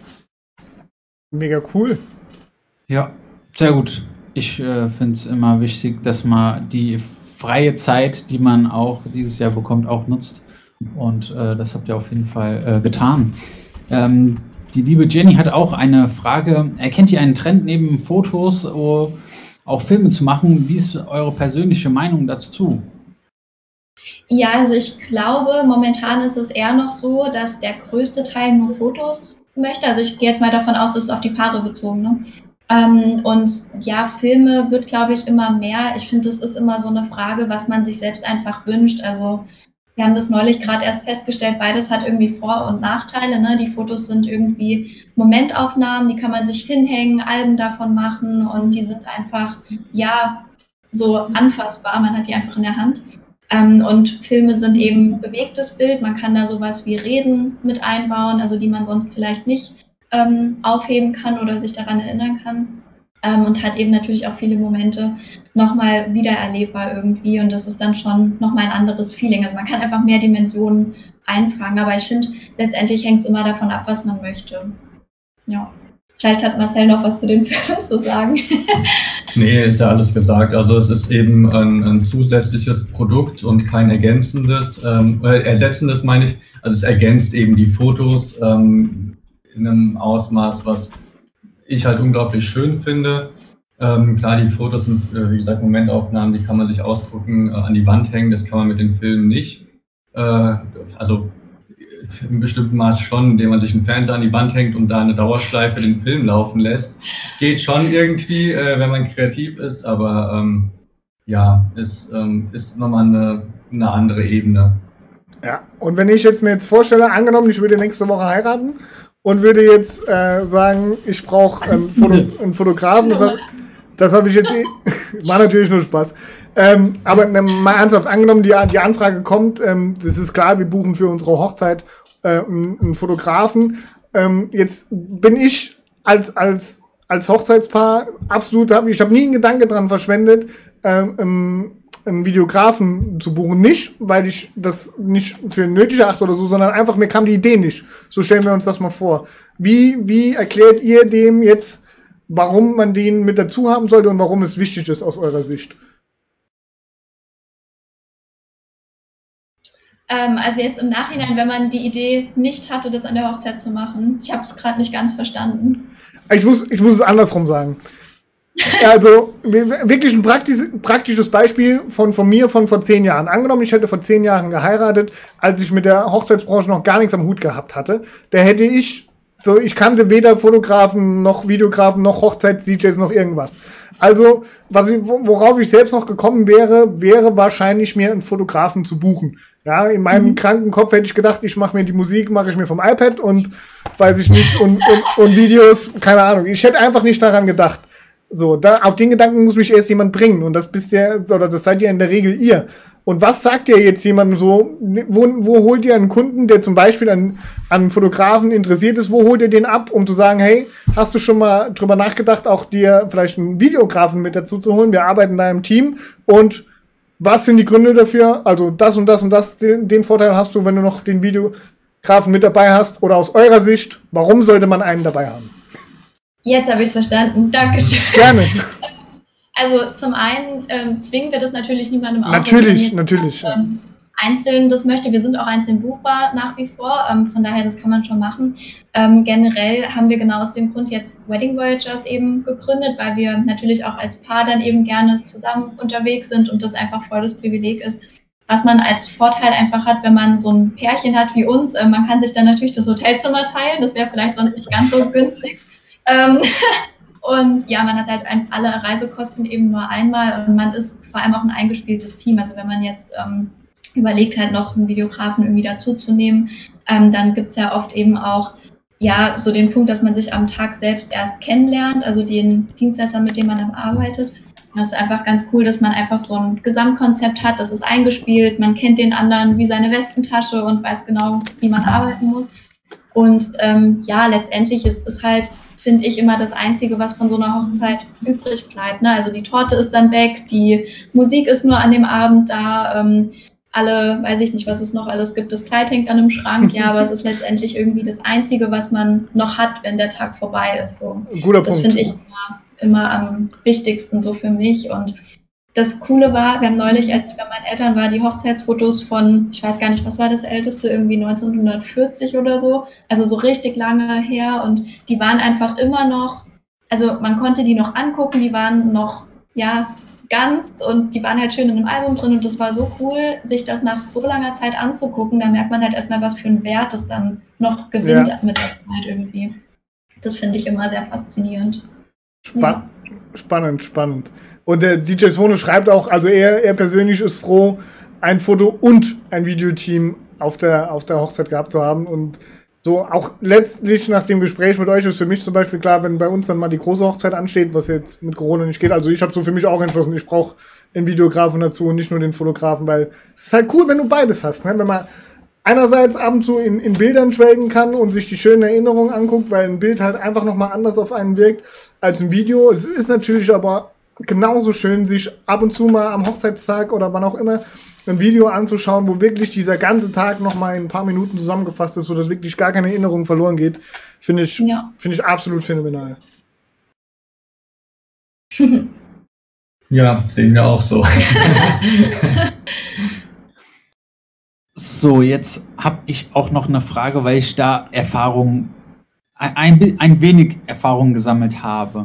Mega cool. Ja, sehr gut. Ich äh, finde es immer wichtig, dass man die freie Zeit, die man auch dieses Jahr bekommt, auch nutzt. Und äh, das habt ihr auf jeden Fall äh, getan. Ähm, die liebe Jenny hat auch eine Frage. Erkennt ihr einen Trend neben Fotos, oh, auch Filme zu machen? Wie ist eure persönliche Meinung dazu? Ja, also ich glaube, momentan ist es eher noch so, dass der größte Teil nur Fotos möchte. Also ich gehe jetzt mal davon aus, dass es auf die Paare bezogen, ne? Ähm, und ja, Filme wird, glaube ich, immer mehr. Ich finde, das ist immer so eine Frage, was man sich selbst einfach wünscht. Also wir haben das neulich gerade erst festgestellt, beides hat irgendwie Vor- und Nachteile. Ne? Die Fotos sind irgendwie Momentaufnahmen, die kann man sich hinhängen, Alben davon machen und die sind einfach, ja, so anfassbar, man hat die einfach in der Hand. Ähm, und Filme sind eben bewegtes Bild, man kann da sowas wie Reden mit einbauen, also die man sonst vielleicht nicht ähm, aufheben kann oder sich daran erinnern kann. Ähm, und hat eben natürlich auch viele Momente nochmal wieder erlebbar irgendwie und das ist dann schon nochmal ein anderes Feeling. Also man kann einfach mehr Dimensionen einfangen, aber ich finde, letztendlich hängt es immer davon ab, was man möchte. Ja. Vielleicht hat Marcel noch was zu den Filmen zu sagen. Nee, ist ja alles gesagt. Also es ist eben ein, ein zusätzliches Produkt und kein ergänzendes, ähm, äh, ersetzendes meine ich. Also es ergänzt eben die Fotos ähm, in einem Ausmaß, was ich halt unglaublich schön finde. Ähm, klar, die Fotos sind, äh, wie gesagt, Momentaufnahmen, die kann man sich ausdrucken, äh, an die Wand hängen, das kann man mit den Filmen nicht. Äh, also in bestimmten Maß schon, indem man sich einen Fernseher an die Wand hängt und da eine Dauerschleife den Film laufen lässt. Geht schon irgendwie, äh, wenn man kreativ ist, aber ähm, ja, es ähm, ist nochmal eine, eine andere Ebene. Ja, und wenn ich jetzt mir jetzt vorstelle, angenommen, ich würde nächste Woche heiraten und würde jetzt äh, sagen, ich brauche ähm, Foto, einen Fotografen, das habe das hab ich jetzt, eh, war natürlich nur Spaß. Ähm, aber ne, mal ernsthaft angenommen, die, die Anfrage kommt, ähm, das ist klar, wir buchen für unsere Hochzeit äh, einen, einen Fotografen. Ähm, jetzt bin ich als, als, als Hochzeitspaar absolut, hab, ich habe nie einen Gedanke dran verschwendet, ähm, einen Videografen zu buchen. Nicht, weil ich das nicht für nötig erachte oder so, sondern einfach, mir kam die Idee nicht. So stellen wir uns das mal vor. Wie, wie erklärt ihr dem jetzt, warum man den mit dazu haben sollte und warum es wichtig ist aus eurer Sicht? Ähm, also jetzt im Nachhinein, wenn man die Idee nicht hatte, das an der Hochzeit zu machen. Ich habe es gerade nicht ganz verstanden. Ich muss, ich muss es andersrum sagen. Also wirklich ein praktisch, praktisches Beispiel von, von mir von vor zehn Jahren. Angenommen, ich hätte vor zehn Jahren geheiratet, als ich mit der Hochzeitsbranche noch gar nichts am Hut gehabt hatte. Da hätte ich, so ich kannte weder Fotografen, noch Videografen, noch Hochzeits-D Js, noch irgendwas. Also, was ich, worauf ich selbst noch gekommen wäre, wäre wahrscheinlich mir einen Fotografen zu buchen. Ja, in meinem mhm. kranken Kopf hätte ich gedacht, ich mache mir die Musik, mache ich mir vom iPad und weiß ich nicht, und, und, und Videos, keine Ahnung. Ich hätte einfach nicht daran gedacht. So, da, auf den Gedanken muss mich erst jemand bringen und das bist ihr, oder das seid ihr in der Regel ihr. Und was sagt ihr jetzt jemandem so, wo, wo holt ihr einen Kunden, der zum Beispiel an, an Fotografen interessiert ist, wo holt ihr den ab, um zu sagen, hey, hast du schon mal drüber nachgedacht, auch dir vielleicht einen Videografen mit dazu zu holen? Wir arbeiten da im Team und was sind die Gründe dafür? Also das und das und das, den, den Vorteil hast du, wenn du noch den Videografen mit dabei hast, oder aus eurer Sicht, warum sollte man einen dabei haben? Jetzt habe ich es verstanden. Dankeschön. Gerne. Also zum einen ähm, zwingen wir das natürlich niemandem auf. Natürlich, natürlich. Auch, ähm, einzeln das möchte. Wir sind auch einzeln buchbar nach wie vor. Ähm, von daher, das kann man schon machen. Ähm, generell haben wir genau aus dem Grund jetzt Wedding Voyagers eben gegründet, weil wir natürlich auch als Paar dann eben gerne zusammen unterwegs sind und das einfach voll das Privileg ist. Was man als Vorteil einfach hat, wenn man so ein Pärchen hat wie uns, äh, man kann sich dann natürlich das Hotelzimmer teilen. Das wäre vielleicht sonst nicht ganz so günstig. Ähm, und ja, man hat halt ein, alle Reisekosten eben nur einmal und man ist vor allem auch ein eingespieltes Team. Also wenn man jetzt ähm, überlegt, halt noch einen Videografen irgendwie dazuzunehmen, ähm, dann gibt es ja oft eben auch ja so den Punkt, dass man sich am Tag selbst erst kennenlernt, also den Dienstleister, mit dem man dann arbeitet. Das ist einfach ganz cool, dass man einfach so ein Gesamtkonzept hat, das ist eingespielt, man kennt den anderen wie seine Westentasche und weiß genau, wie man arbeiten muss. Und ähm, ja, letztendlich ist es halt, finde ich, immer das Einzige, was von so einer Hochzeit übrig bleibt. Ne? Also die Torte ist dann weg, die Musik ist nur an dem Abend da, ähm, alle, weiß ich nicht, was es noch alles gibt, das Kleid hängt an einem Schrank, ja, aber es ist letztendlich irgendwie das Einzige, was man noch hat, wenn der Tag vorbei ist. So. Guter das Punkt. finde ich immer, immer am wichtigsten so für mich. Und das Coole war, wir haben neulich, als ich bei meinen Eltern war, die Hochzeitsfotos von, ich weiß gar nicht, was war das älteste, irgendwie neunzehnhundertvierzig oder so, also so richtig lange her, und die waren einfach immer noch, also man konnte die noch angucken, die waren noch, ja, ganz, und die waren halt schön in einem Album drin, und das war so cool, sich das nach so langer Zeit anzugucken. Da merkt man halt erstmal, was für einen Wert das dann noch gewinnt, ja, mit der Zeit irgendwie. Das finde ich immer sehr faszinierend. Spann- ja. Spannend, spannend. Und der D J Swono schreibt auch, also er, er persönlich ist froh, ein Foto- und ein Videoteam auf der, auf der Hochzeit gehabt zu haben. Und so auch letztlich nach dem Gespräch mit euch ist für mich zum Beispiel klar, wenn bei uns dann mal die große Hochzeit ansteht, was jetzt mit Corona nicht geht. Also ich habe so für mich auch entschlossen, ich brauche einen Videografen dazu und nicht nur den Fotografen, weil es ist halt cool, wenn du beides hast, ne? Wenn man einerseits ab und zu in, in Bildern schwelgen kann und sich die schönen Erinnerungen anguckt, weil ein Bild halt einfach nochmal anders auf einen wirkt als ein Video. Es ist natürlich aber genauso schön, sich ab und zu mal am Hochzeitstag oder wann auch immer ein Video anzuschauen, wo wirklich dieser ganze Tag nochmal in ein paar Minuten zusammengefasst ist, sodass wirklich gar keine Erinnerung verloren geht. Finde ich, Ja. finde ich absolut phänomenal. Ja, sehen wir auch so. So, jetzt habe ich auch noch eine Frage, weil ich da Erfahrung, ein, ein, ein wenig Erfahrung gesammelt habe.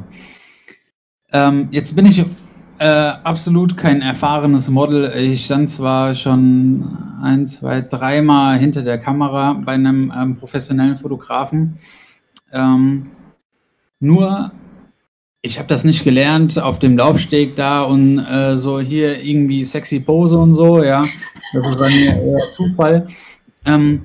Ähm, jetzt bin ich äh, absolut kein erfahrenes Model. Ich stand zwar schon ein, zwei, dreimal hinter der Kamera bei einem ähm, professionellen Fotografen. Ähm, nur, ich habe das nicht gelernt auf dem Laufsteg da und äh, so hier irgendwie sexy Pose und so, ja. Das ist bei mir eher Zufall. Ähm,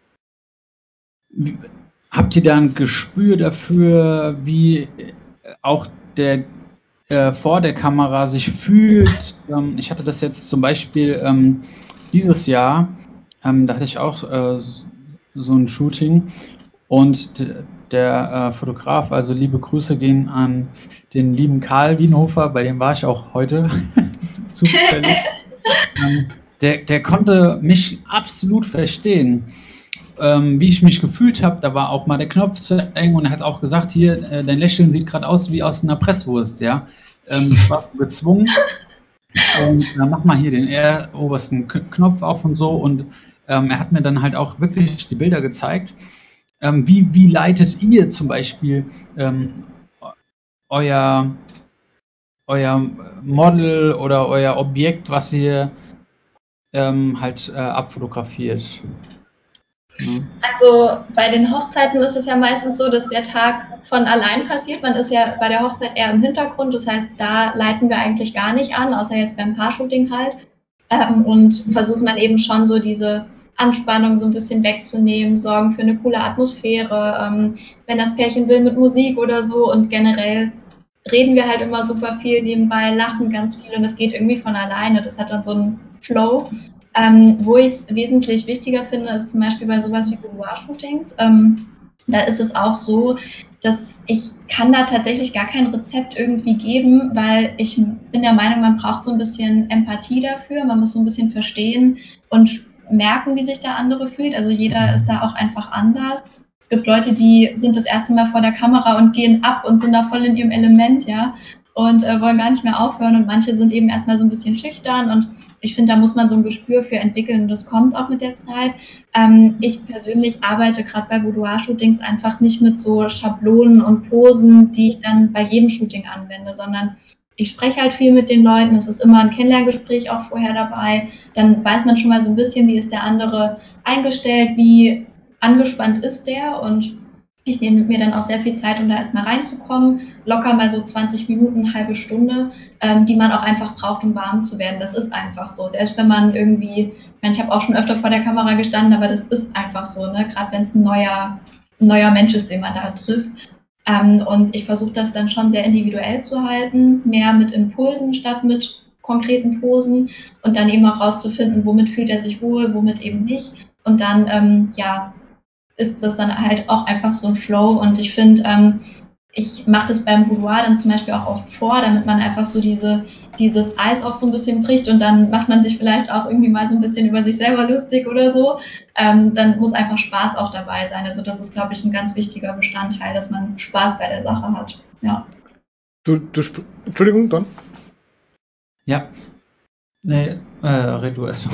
wie, habt ihr da ein Gespür dafür, wie auch der äh, vor der Kamera sich fühlt? Ähm, ich hatte das jetzt zum Beispiel ähm, dieses Jahr, ähm, da hatte ich auch äh, so ein Shooting und der äh, Fotograf, also liebe Grüße gehen an den lieben Karl Wienhofer, bei dem war ich auch heute zufällig. ähm, der, der konnte mich absolut verstehen, ähm, wie ich mich gefühlt habe. Da war auch mal der Knopf zu eng und er hat auch gesagt, hier, äh, dein Lächeln sieht gerade aus wie aus einer Presswurst, ja. Ähm, ich war gezwungen und äh, mach mal hier den eher obersten K Knopf auf und so und ähm, er hat mir dann halt auch wirklich die Bilder gezeigt. Ähm, wie, wie leitet ihr zum Beispiel ähm, euer, euer Model oder euer Objekt, was ihr ähm, halt äh, abfotografiert? Mhm. Also bei den Hochzeiten ist es ja meistens so, dass der Tag von allein passiert. Man ist ja bei der Hochzeit eher im Hintergrund, das heißt, da leiten wir eigentlich gar nicht an, außer jetzt beim Paar-Shooting halt. Ähm, und versuchen dann eben schon so diese Anspannung so ein bisschen wegzunehmen, sorgen für eine coole Atmosphäre, ähm, wenn das Pärchen will mit Musik oder so und generell reden wir halt immer super viel nebenbei, lachen ganz viel und das geht irgendwie von alleine, das hat dann so einen Flow. Ähm, wo ich es wesentlich wichtiger finde, ist zum Beispiel bei sowas wie Boudoir-Shootings, ähm, da ist es auch so, dass ich kann da tatsächlich gar kein Rezept irgendwie geben, weil ich bin der Meinung, man braucht so ein bisschen Empathie dafür, man muss so ein bisschen verstehen und merken, wie sich der andere fühlt. Also jeder ist da auch einfach anders. Es gibt Leute, die sind das erste Mal vor der Kamera und gehen ab und sind da voll in ihrem Element, ja, und äh, wollen gar nicht mehr aufhören. Und manche sind eben erstmal so ein bisschen schüchtern. Und ich finde, da muss man so ein Gespür für entwickeln. Und das kommt auch mit der Zeit. Ähm, ich persönlich arbeite gerade bei Boudoir-Shootings einfach nicht mit so Schablonen und Posen, die ich dann bei jedem Shooting anwende, sondern ich spreche halt viel mit den Leuten, es ist immer ein Kennenlerngespräch auch vorher dabei, dann weiß man schon mal so ein bisschen, wie ist der andere eingestellt, wie angespannt ist der und ich nehme mir dann auch sehr viel Zeit, um da erstmal reinzukommen, locker mal so zwanzig Minuten, eine halbe Stunde, ähm, die man auch einfach braucht, um warm zu werden, das ist einfach so, selbst wenn man irgendwie, ich meine, ich habe auch schon öfter vor der Kamera gestanden, aber das ist einfach so, ne? Gerade wenn es ein neuer, ein neuer Mensch ist, den man da trifft. Ähm, und ich versuche das dann schon sehr individuell zu halten, mehr mit Impulsen statt mit konkreten Posen und dann eben auch rauszufinden, womit fühlt er sich wohl, womit eben nicht. Und dann, ähm, ja, ist das dann halt auch einfach so ein Flow. Und ich finde, ähm, ich mache das beim Boudoir dann zum Beispiel auch oft vor, damit man einfach so diese, dieses Eis auch so ein bisschen bricht und dann macht man sich vielleicht auch irgendwie mal so ein bisschen über sich selber lustig oder so. Ähm, dann muss einfach Spaß auch dabei sein. Also das ist, glaube ich, ein ganz wichtiger Bestandteil, dass man Spaß bei der Sache hat. Ja. Du, du, Entschuldigung, Don? Ja. Nee, äh, red du erst mal.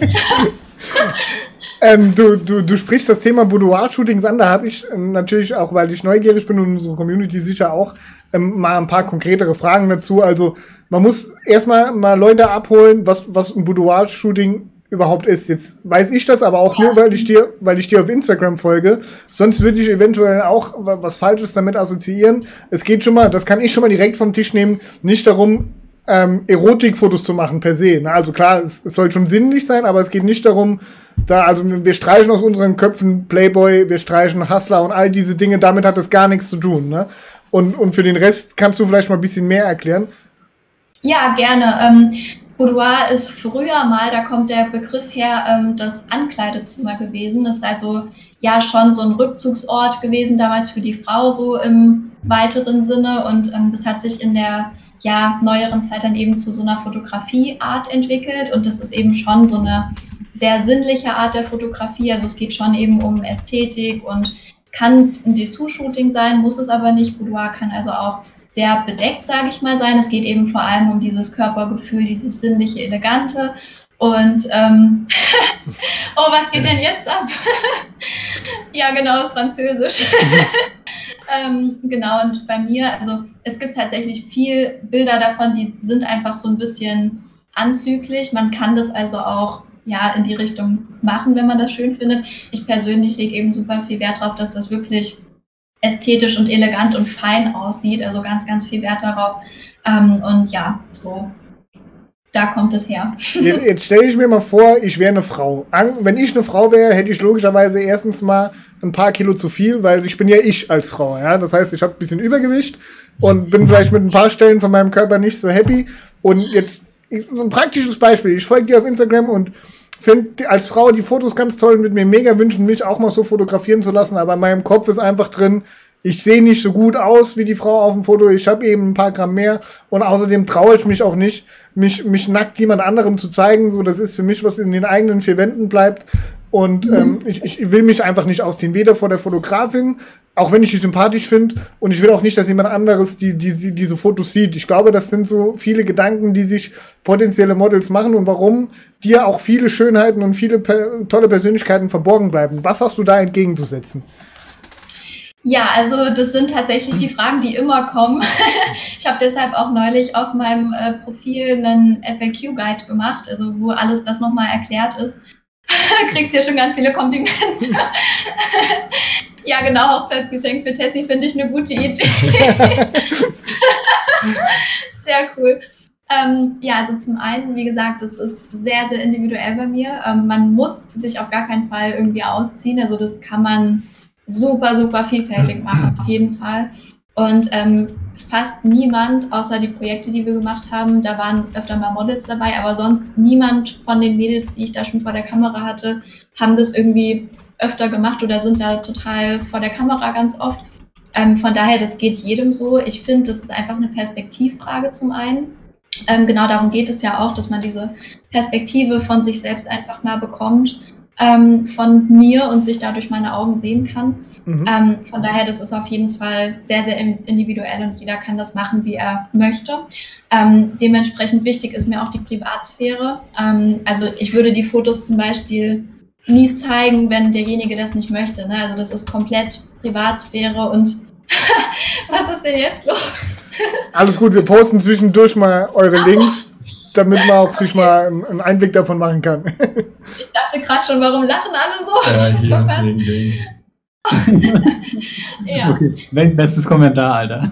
ähm, du, du, du sprichst das Thema Boudoir-Shootings an, da habe ich ähm, natürlich auch, weil ich neugierig bin und unsere Community sicher auch, ähm, mal ein paar konkretere Fragen dazu. Also man muss erstmal mal Leute abholen, was, was ein Boudoir-Shooting überhaupt ist. Jetzt weiß ich das aber auch nur, weil ich dir, weil ich dir auf Instagram folge. Sonst würde ich eventuell auch was Falsches damit assoziieren. Es geht schon mal, das kann ich schon mal direkt vom Tisch nehmen, nicht darum, ähm, Erotikfotos zu machen per se. Ne? Also klar, es, es soll schon sinnlich sein, aber es geht nicht darum, da, also wir streichen aus unseren Köpfen Playboy, wir streichen Hustler und all diese Dinge, damit hat das gar nichts zu tun. Ne? Und, und für den Rest kannst du vielleicht mal ein bisschen mehr erklären? Ja, gerne. Ähm, Boudoir ist früher mal, da kommt der Begriff her, ähm, das Ankleidezimmer gewesen. Das ist also ja schon so ein Rückzugsort gewesen, damals für die Frau so im weiteren Sinne. Und ähm, das hat sich in der ja, neueren Zeit dann eben zu so einer Fotografieart entwickelt. Und das ist eben schon so eine sehr sinnliche Art der Fotografie. Also es geht schon eben um Ästhetik und es kann ein Dessous-Shooting sein, muss es aber nicht. Boudoir kann also auch sehr bedeckt, sage ich mal, sein. Es geht eben vor allem um dieses Körpergefühl, dieses sinnliche, elegante. Und ähm, oh, was geht denn jetzt ab? Ja, genau, ist Französisch. ähm, genau, und bei mir, also es gibt tatsächlich viel Bilder davon, die sind einfach so ein bisschen anzüglich. Man kann das also auch ja in die Richtung machen, wenn man das schön findet. Ich persönlich lege eben super viel Wert darauf, dass das wirklich ästhetisch und elegant und fein aussieht. Also ganz, ganz viel Wert darauf. Ähm, und ja, so, da kommt es her. Jetzt, jetzt stelle ich mir mal vor, ich wäre eine Frau. An, wenn ich eine Frau wäre, hätte ich logischerweise erstens mal ein paar Kilo zu viel, weil ich bin ja ich als Frau. Ja? Das heißt, ich habe ein bisschen Übergewicht und bin vielleicht mit ein paar Stellen von meinem Körper nicht so happy. Und jetzt so ein praktisches Beispiel. Ich folge dir auf Instagram und finde als Frau die Fotos ganz toll und würde mir mega wünschen, mich auch mal so fotografieren zu lassen, aber in meinem Kopf ist einfach drin, ich sehe nicht so gut aus wie die Frau auf dem Foto, ich habe eben ein paar Gramm mehr und außerdem traue ich mich auch nicht, mich, mich nackt jemand anderem zu zeigen, so das ist für mich, was in den eigenen vier Wänden bleibt und ähm, ich, ich will mich einfach nicht ausziehen, weder vor der Fotografin, auch wenn ich die sympathisch finde und ich will auch nicht, dass jemand anderes die, die, die diese Fotos sieht. Ich glaube, das sind so viele Gedanken, die sich potenzielle Models machen und warum dir auch viele Schönheiten und viele per tolle Persönlichkeiten verborgen bleiben. Was hast du da entgegenzusetzen? Ja, also das sind tatsächlich die Fragen, die immer kommen. Ich habe deshalb auch neulich auf meinem äh, Profil einen F A Q-Guide gemacht, also wo alles das nochmal erklärt ist. Kriegst hier schon ganz viele Komplimente. Ja, genau, Hochzeitsgeschenk für Tessie finde ich eine gute Idee. Sehr cool. Ähm, ja, also zum einen, wie gesagt, das ist sehr, sehr individuell bei mir. Ähm, man muss sich auf gar keinen Fall irgendwie ausziehen. Also das kann man super, super vielfältig machen, auf jeden Fall. Und ähm, fast niemand, außer die Projekte, die wir gemacht haben, da waren öfter mal Models dabei, aber sonst niemand von den Mädels, die ich da schon vor der Kamera hatte, haben das irgendwie öfter gemacht oder sind da total vor der Kamera ganz oft. Ähm, von daher, das geht jedem so. Ich finde, das ist einfach eine Perspektivfrage zum einen. Ähm, genau darum geht es ja auch, dass man diese Perspektive von sich selbst einfach mal bekommt, ähm, von mir und sich dadurch meine Augen sehen kann. Mhm. Ähm, von daher, das ist auf jeden Fall sehr, sehr individuell und jeder kann das machen, wie er möchte. Ähm, dementsprechend wichtig ist mir auch die Privatsphäre. Ähm, also ich würde die Fotos zum Beispiel nie zeigen, wenn derjenige das nicht möchte. Ne? Also das ist komplett Privatsphäre und was ist denn jetzt los? Alles gut, wir posten zwischendurch mal eure Links, damit man auch sich mal einen Einblick davon machen kann. Ich dachte gerade schon, warum lachen alle so? Ja, hier, ja. Okay. Weltbestes Kommentar, Alter.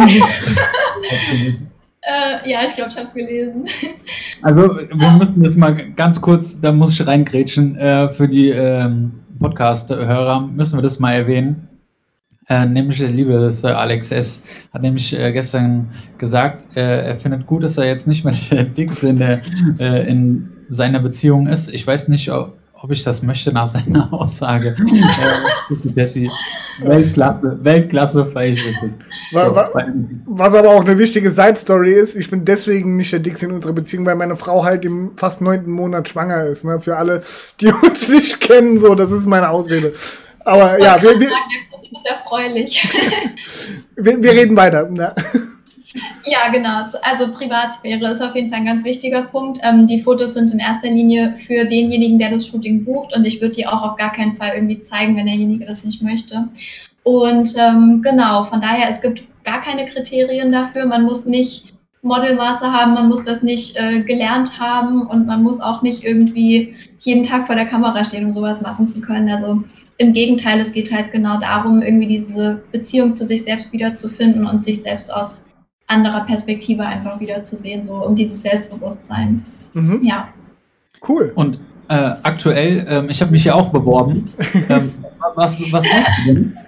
äh, ja, ich glaube, ich habe es gelesen. Also, wir müssen das mal ganz kurz, da muss ich reingrätschen, äh, für die ähm, Podcast-Hörer müssen wir das mal erwähnen. Äh, nämlich der liebe Sir Alex S. hat nämlich äh, gestern gesagt, äh, er findet gut, dass er jetzt nicht mehr der Dickste in, der, äh, in seiner Beziehung ist. Ich weiß nicht, ob, ob ich das möchte nach seiner Aussage. äh, Tessie, Weltklasse, Weltklasse, fand ich richtig. Was, was aber auch eine wichtige Side-Story ist, ich bin deswegen nicht der Dickste in unserer Beziehung, weil meine Frau halt im fast neunten Monat schwanger ist. Ne? Für alle, die uns nicht kennen, so, das ist meine Ausrede. Aber ja, wir, wir, das ist erfreulich. wir, wir reden weiter. Ja. Ja, genau. Also Privatsphäre ist auf jeden Fall ein ganz wichtiger Punkt. Ähm, die Fotos sind in erster Linie für denjenigen, der das Shooting bucht und ich würde die auch auf gar keinen Fall irgendwie zeigen, wenn derjenige das nicht möchte. Und ähm, genau, von daher, es gibt gar keine Kriterien dafür. Man muss nicht Modelmaße haben, man muss das nicht äh, gelernt haben und man muss auch nicht irgendwie jeden Tag vor der Kamera stehen, um sowas machen zu können. Also im Gegenteil, es geht halt genau darum, irgendwie diese Beziehung zu sich selbst wiederzufinden und sich selbst aus anderer Perspektive einfach wieder zu sehen, so um dieses Selbstbewusstsein. Mhm. Ja. Cool. Und äh, aktuell, ähm, ich habe mich ja auch beworben. ähm, was, was machst du denn?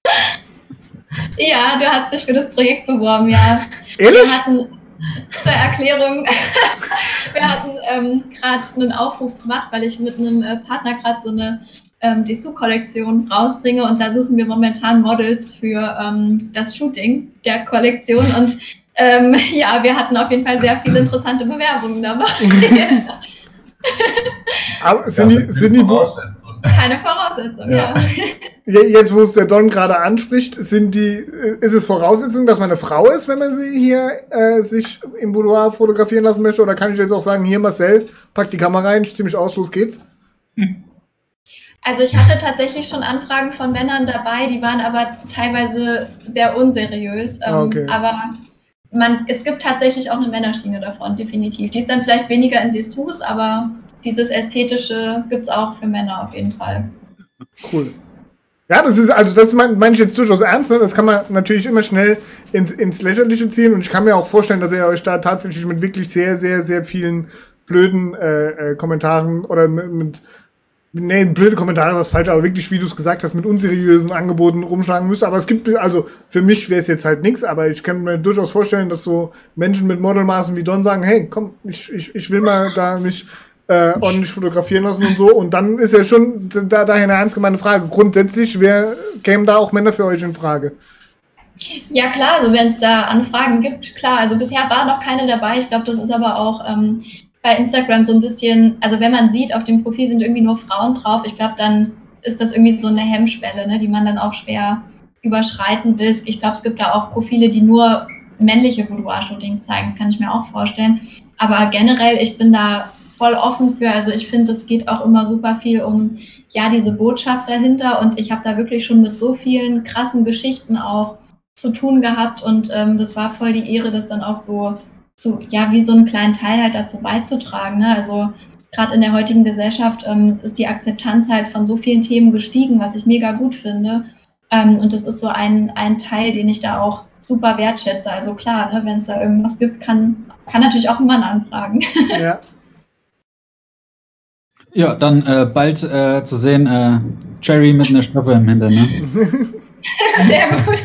Ja, du hast dich für das Projekt beworben, ja. Ehrlich? Wir hatten zur Erklärung, wir hatten ähm, gerade einen Aufruf gemacht, weil ich mit einem äh, Partner gerade so eine ähm, Dessous-Kollektion rausbringe und da suchen wir momentan Models für ähm, das Shooting der Kollektion und ähm, ja, wir hatten auf jeden Fall sehr viele interessante Bewerbungen dabei. Aber sind die, sind die Keine Voraussetzung, ja. ja. Jetzt, wo es der Don gerade anspricht, sind die, ist es Voraussetzung, dass man eine Frau ist, wenn man sie hier äh, sich im Boudoir fotografieren lassen möchte? Oder kann ich jetzt auch sagen, hier Marcel, pack die Kamera rein, ich zieh mich aus, los geht's? Also ich hatte tatsächlich schon Anfragen von Männern dabei, die waren aber teilweise sehr unseriös. Ähm, okay. Aber man, es gibt tatsächlich auch eine Männerschiene davon, definitiv. Die ist dann vielleicht weniger in Dessous, aber dieses Ästhetische gibt es auch für Männer auf jeden Fall. Cool. Ja, das ist, also das meine mein ich jetzt durchaus ernst, ne? Das kann man natürlich immer schnell ins, ins Lächerliche ziehen und ich kann mir auch vorstellen, dass ihr euch da tatsächlich mit wirklich sehr, sehr, sehr vielen blöden äh, äh, Kommentaren oder mit, mit nee, blöde Kommentare ist das falsch, aber wirklich, wie du es gesagt hast, mit unseriösen Angeboten rumschlagen müsst. Aber es gibt, also für mich wäre es jetzt halt nichts, aber ich kann mir durchaus vorstellen, dass so Menschen mit Modelmaßen wie Don sagen, hey, komm, ich, ich, ich will mal da mich Äh, ordentlich fotografieren lassen und so. Und dann ist ja schon da, daher eine ernst gemeinte Frage. Grundsätzlich, wer kämen da auch Männer für euch in Frage? Ja klar, also wenn es da Anfragen gibt, klar. Also bisher war noch keine dabei. Ich glaube, das ist aber auch ähm, bei Instagram so ein bisschen, also wenn man sieht, auf dem Profil sind irgendwie nur Frauen drauf, ich glaube, dann ist das irgendwie so eine Hemmschwelle, ne, die man dann auch schwer überschreiten will. Ich glaube, es gibt da auch Profile, die nur männliche Boudoir-Shootings zeigen. Das kann ich mir auch vorstellen. Aber generell, ich bin da voll offen für, also ich finde, es geht auch immer super viel um, ja, diese Botschaft dahinter und ich habe da wirklich schon mit so vielen krassen Geschichten auch zu tun gehabt und ähm, das war voll die Ehre, das dann auch so, zu, ja, wie so einen kleinen Teil halt dazu beizutragen, ne? Also gerade in der heutigen Gesellschaft ähm, ist die Akzeptanz halt von so vielen Themen gestiegen, was ich mega gut finde ähm, und das ist so ein, ein Teil, den ich da auch super wertschätze, also klar, ne, wenn es da irgendwas gibt, kann, kann natürlich auch ein Mann anfragen. Ja. Ja, dann äh, bald äh, zu sehen, äh, Cherry mit einer Schnappe im Hintern, ne? Sehr gut.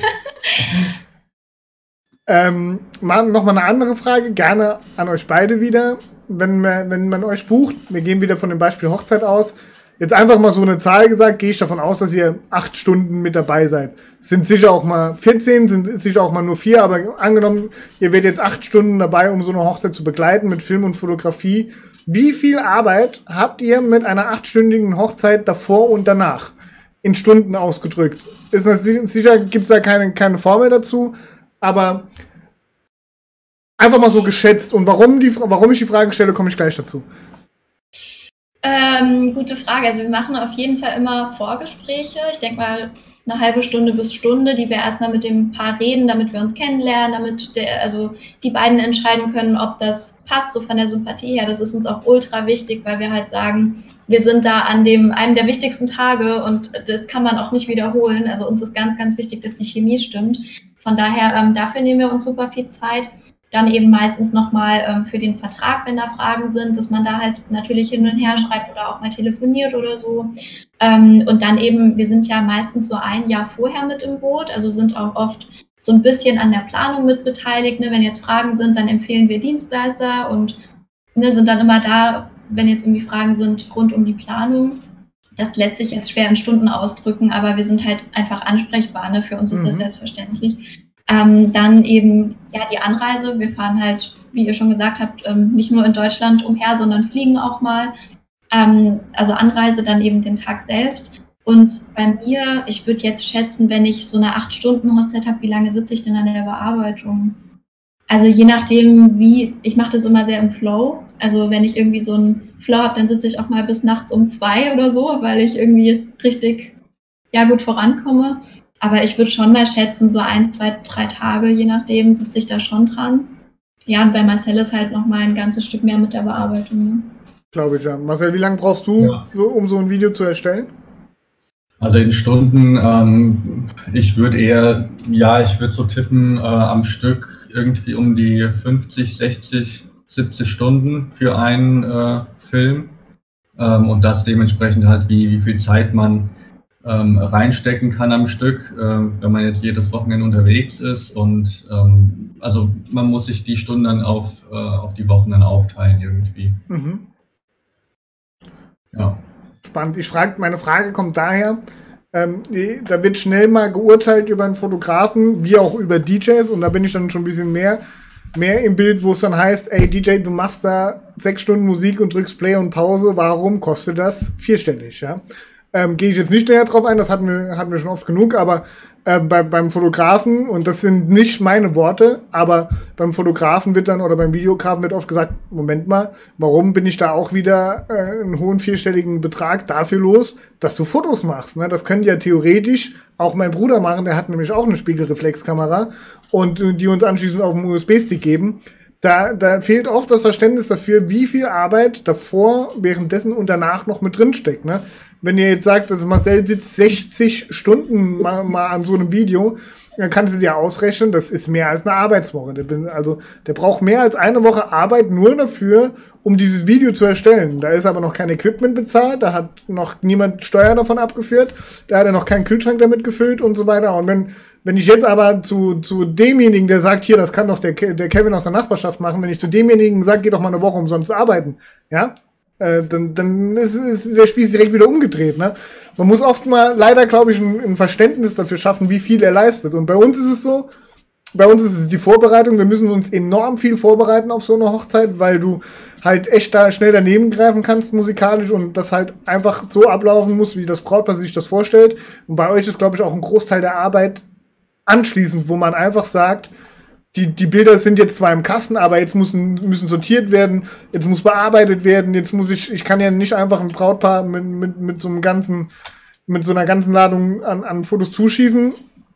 ähm, mal, noch mal eine andere Frage, gerne an euch beide wieder. Wenn man, wenn man euch bucht, wir gehen wieder von dem Beispiel Hochzeit aus, jetzt einfach mal so eine Zahl gesagt, gehe ich davon aus, dass ihr acht Stunden mit dabei seid. Sind sicher auch mal vierzehn, sind sicher auch mal nur vier, aber angenommen, ihr werdet jetzt acht Stunden dabei, um so eine Hochzeit zu begleiten mit Film und Fotografie. Wie viel Arbeit habt ihr mit einer achtstündigen Hochzeit davor und danach? In Stunden ausgedrückt. Ist das sicher, gibt es da keine, keine Formel dazu, aber einfach mal so geschätzt. Und warum, die, warum ich die Frage stelle, komme ich gleich dazu. Ähm, gute Frage. Also wir machen auf jeden Fall immer Vorgespräche. Ich denke mal eine halbe Stunde bis Stunde, die wir erstmal mit dem Paar reden, damit wir uns kennenlernen, damit der, also die beiden entscheiden können, ob das passt, so von der Sympathie her. Das ist uns auch ultra wichtig, weil wir halt sagen, wir sind da an dem einem der wichtigsten Tage und das kann man auch nicht wiederholen. Also uns ist ganz, ganz wichtig, dass die Chemie stimmt. Von daher, ähm, dafür nehmen wir uns super viel Zeit. Dann eben meistens nochmal ähm, für den Vertrag, wenn da Fragen sind, dass man da halt natürlich hin und her schreibt oder auch mal telefoniert oder so. Ähm, und dann eben, wir sind ja meistens so ein Jahr vorher mit im Boot, also sind auch oft so ein bisschen an der Planung mit beteiligt. Ne? Wenn jetzt Fragen sind, dann empfehlen wir Dienstleister und ne, sind dann immer da, wenn jetzt irgendwie Fragen sind rund um die Planung. Das lässt sich jetzt schwer in Stunden ausdrücken, aber wir sind halt einfach ansprechbar. Ne? Für uns ist das mhm. selbstverständlich. Ähm, dann eben, ja, die Anreise. Wir fahren halt, wie ihr schon gesagt habt, ähm, nicht nur in Deutschland umher, sondern fliegen auch mal. Ähm, also Anreise dann eben den Tag selbst. Und bei mir, ich würde jetzt schätzen, wenn ich so eine acht Stunden Hochzeit habe, wie lange sitze ich denn an der Bearbeitung? Also je nachdem, wie, ich mache das immer sehr im Flow. Also wenn ich irgendwie so einen Flow habe, dann sitze ich auch mal bis nachts um zwei oder so, weil ich irgendwie richtig, ja, gut vorankomme. Aber ich würde schon mal schätzen, so ein, zwei, drei Tage, je nachdem, sitze ich da schon dran. Ja, und bei Marcel ist halt noch mal ein ganzes Stück mehr mit der Bearbeitung. Ne? Glaube ich, ja. Marcel, wie lange brauchst du, ja. so, um so ein Video zu erstellen? Also in Stunden, ähm, ich würde eher, ja, ich würde so tippen, äh, am Stück irgendwie um die fünfzig, sechzig, siebzig Stunden für einen äh, Film. Ähm, und das dementsprechend halt, wie, wie viel Zeit man ähm, reinstecken kann am Stück, äh, wenn man jetzt jedes Wochenende unterwegs ist. Und ähm, also man muss sich die Stunden dann auf, äh, auf die Wochen dann aufteilen irgendwie. Mhm. Ja. Spannend. Ich frage, meine Frage kommt daher, ähm, da wird schnell mal geurteilt über einen Fotografen, wie auch über D Js, und da bin ich dann schon ein bisschen mehr, mehr im Bild, wo es dann heißt, ey D J, du machst da sechs Stunden Musik und drückst Play und Pause, warum kostet das vierstellig, ja? Ähm, gehe ich jetzt nicht näher drauf ein, das hatten wir, hatten wir schon oft genug, aber äh, bei, beim Fotografen, und das sind nicht meine Worte, aber beim Fotografen wird dann, oder beim Videografen wird oft gesagt, Moment mal, warum bin ich da auch wieder äh, einen hohen vierstelligen Betrag dafür los, dass du Fotos machst, ne? Das könnte ja theoretisch auch mein Bruder machen, der hat nämlich auch eine Spiegelreflexkamera und die uns anschließend auf einen U S B-Stick geben. Da, da fehlt oft das Verständnis dafür, wie viel Arbeit davor, währenddessen und danach noch mit drin steckt, ne? Wenn ihr jetzt sagt, also Marcel sitzt sechzig Stunden mal, mal an so einem Video, dann kannst du dir ausrechnen, das ist mehr als eine Arbeitswoche. Der, bin- also der braucht mehr als eine Woche Arbeit nur dafür, um dieses Video zu erstellen. Da ist aber noch kein Equipment bezahlt, da hat noch niemand Steuer davon abgeführt, da hat er noch keinen Kühlschrank damit gefüllt und so weiter. Und wenn, wenn ich jetzt aber zu, zu demjenigen, der sagt, hier, das kann doch der, Ke- der Kevin aus der Nachbarschaft machen, wenn ich zu demjenigen sage, geh doch mal eine Woche umsonst arbeiten, ja, äh, dann, dann ist, ist der Spieß direkt wieder umgedreht, ne? Man muss oft mal leider, glaube ich, ein, ein Verständnis dafür schaffen, wie viel er leistet. Und bei uns ist es so, bei uns ist es die Vorbereitung. Wir müssen uns enorm viel vorbereiten auf so eine Hochzeit, weil du halt echt da schnell daneben greifen kannst musikalisch und das halt einfach so ablaufen muss, wie das Brautpaar sich das vorstellt. Und bei euch ist, glaube ich, auch ein Großteil der Arbeit anschließend, wo man einfach sagt, die, die Bilder sind jetzt zwar im Kasten, aber jetzt müssen, müssen sortiert werden, jetzt muss bearbeitet werden, jetzt muss ich, ich kann ja nicht einfach ein Brautpaar mit, mit, mit so einem ganzen, mit so einer ganzen Ladung an, an Fotos zuschießen.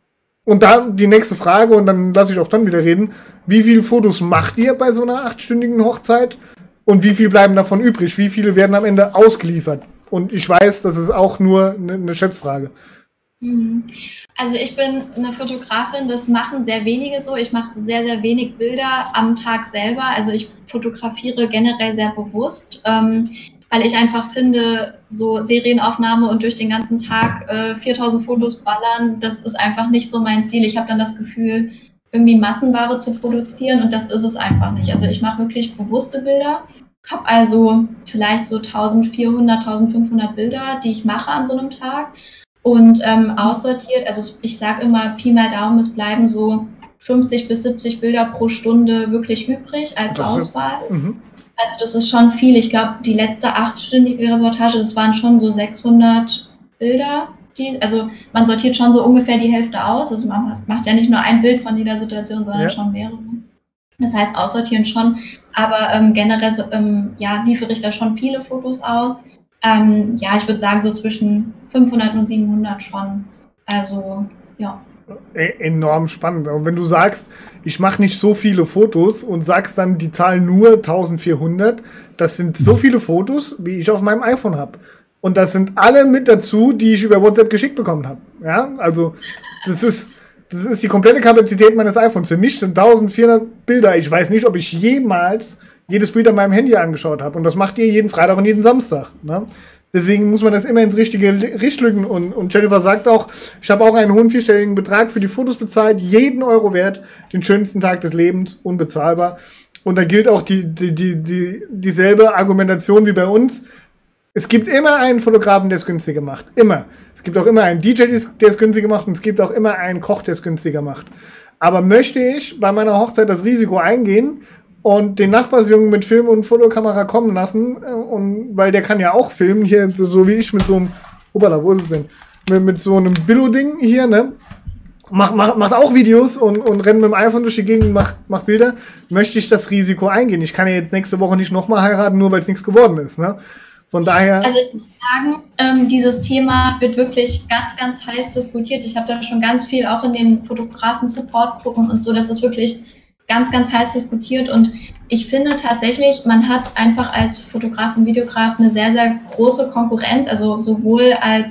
Und da die nächste Frage, und dann lasse ich auch dann wieder reden, wie viele Fotos macht ihr bei so einer achtstündigen Hochzeit und wie viel bleiben davon übrig? Wie viele werden am Ende ausgeliefert? Und ich weiß, das ist auch nur eine, eine Schätzfrage. Mhm. Also ich bin eine Fotografin, das machen sehr wenige so. Ich mache sehr, sehr wenig Bilder am Tag selber. Also ich fotografiere generell sehr bewusst, ähm, weil ich einfach finde, so Serienaufnahme und durch den ganzen Tag äh, viertausend Fotos ballern, das ist einfach nicht so mein Stil. Ich habe dann das Gefühl, irgendwie Massenware zu produzieren und das ist es einfach nicht. Also ich mache wirklich bewusste Bilder. Habe also vielleicht so eintausendvierhundert, eintausendfünfhundert Bilder, die ich mache an so einem Tag. Und ähm, aussortiert, also ich sage immer, Pi mal Daumen, es bleiben so fünfzig bis siebzig Bilder pro Stunde wirklich übrig als Das ist- Auswahl. Mhm. Also das ist schon viel. Ich glaube, die letzte achtstündige Reportage, das waren schon so sechshundert Bilder. Die, also man sortiert schon so ungefähr die Hälfte aus. Also man macht, macht ja nicht nur ein Bild von jeder Situation, sondern Ja. schon mehrere. Das heißt, aussortieren schon. Aber ähm, generell so, ähm, ja, liefere ich da schon viele Fotos aus. Ähm, ja, ich würde sagen, so zwischen fünfhundert und siebenhundert schon. Also, ja. E enorm spannend. Und wenn du sagst, ich mache nicht so viele Fotos und sagst dann die Zahl nur eintausendvierhundert, das sind so viele Fotos, wie ich auf meinem iPhone habe. Und das sind alle mit dazu, die ich über WhatsApp geschickt bekommen habe. Ja, also das ist, das ist die komplette Kapazität meines iPhones. Für mich sind eintausendvierhundert Bilder. Ich weiß nicht, ob ich jemals jedes Bild an meinem Handy angeschaut habe. Und das macht ihr jeden Freitag und jeden Samstag. Ne? Deswegen muss man das immer ins richtige Licht rücken. Und, und Jennifer sagt auch, ich habe auch einen hohen vierstelligen Betrag für die Fotos bezahlt, jeden Euro wert, den schönsten Tag des Lebens, unbezahlbar. Und da gilt auch die, die, die, die, dieselbe Argumentation wie bei uns. Es gibt immer einen Fotografen, der es günstiger macht. Immer. Es gibt auch immer einen D J, der es günstiger macht. Und es gibt auch immer einen Koch, der es günstiger macht. Aber möchte ich bei meiner Hochzeit das Risiko eingehen und den Nachbarsjungen mit Film und Fotokamera kommen lassen, und weil der kann ja auch filmen, hier, so, so wie ich mit so einem, hoppala, wo ist es denn? Mit, mit so einem Billo-Ding hier, ne? Macht, macht, macht auch Videos und, und rennt mit dem iPhone durch die Gegend und macht, macht Bilder. Möchte ich das Risiko eingehen? Ich kann ja jetzt nächste Woche nicht nochmal heiraten, nur weil es nichts geworden ist, ne? Von daher. Also ich muss sagen, ähm, dieses Thema wird wirklich ganz, ganz heiß diskutiert. Ich habe da schon ganz viel auch in den Fotografen-Support-Gruppen und so, das ist wirklich ganz, ganz heiß diskutiert. Und ich finde tatsächlich, man hat einfach als Fotograf und Videograf eine sehr, sehr große Konkurrenz, also sowohl als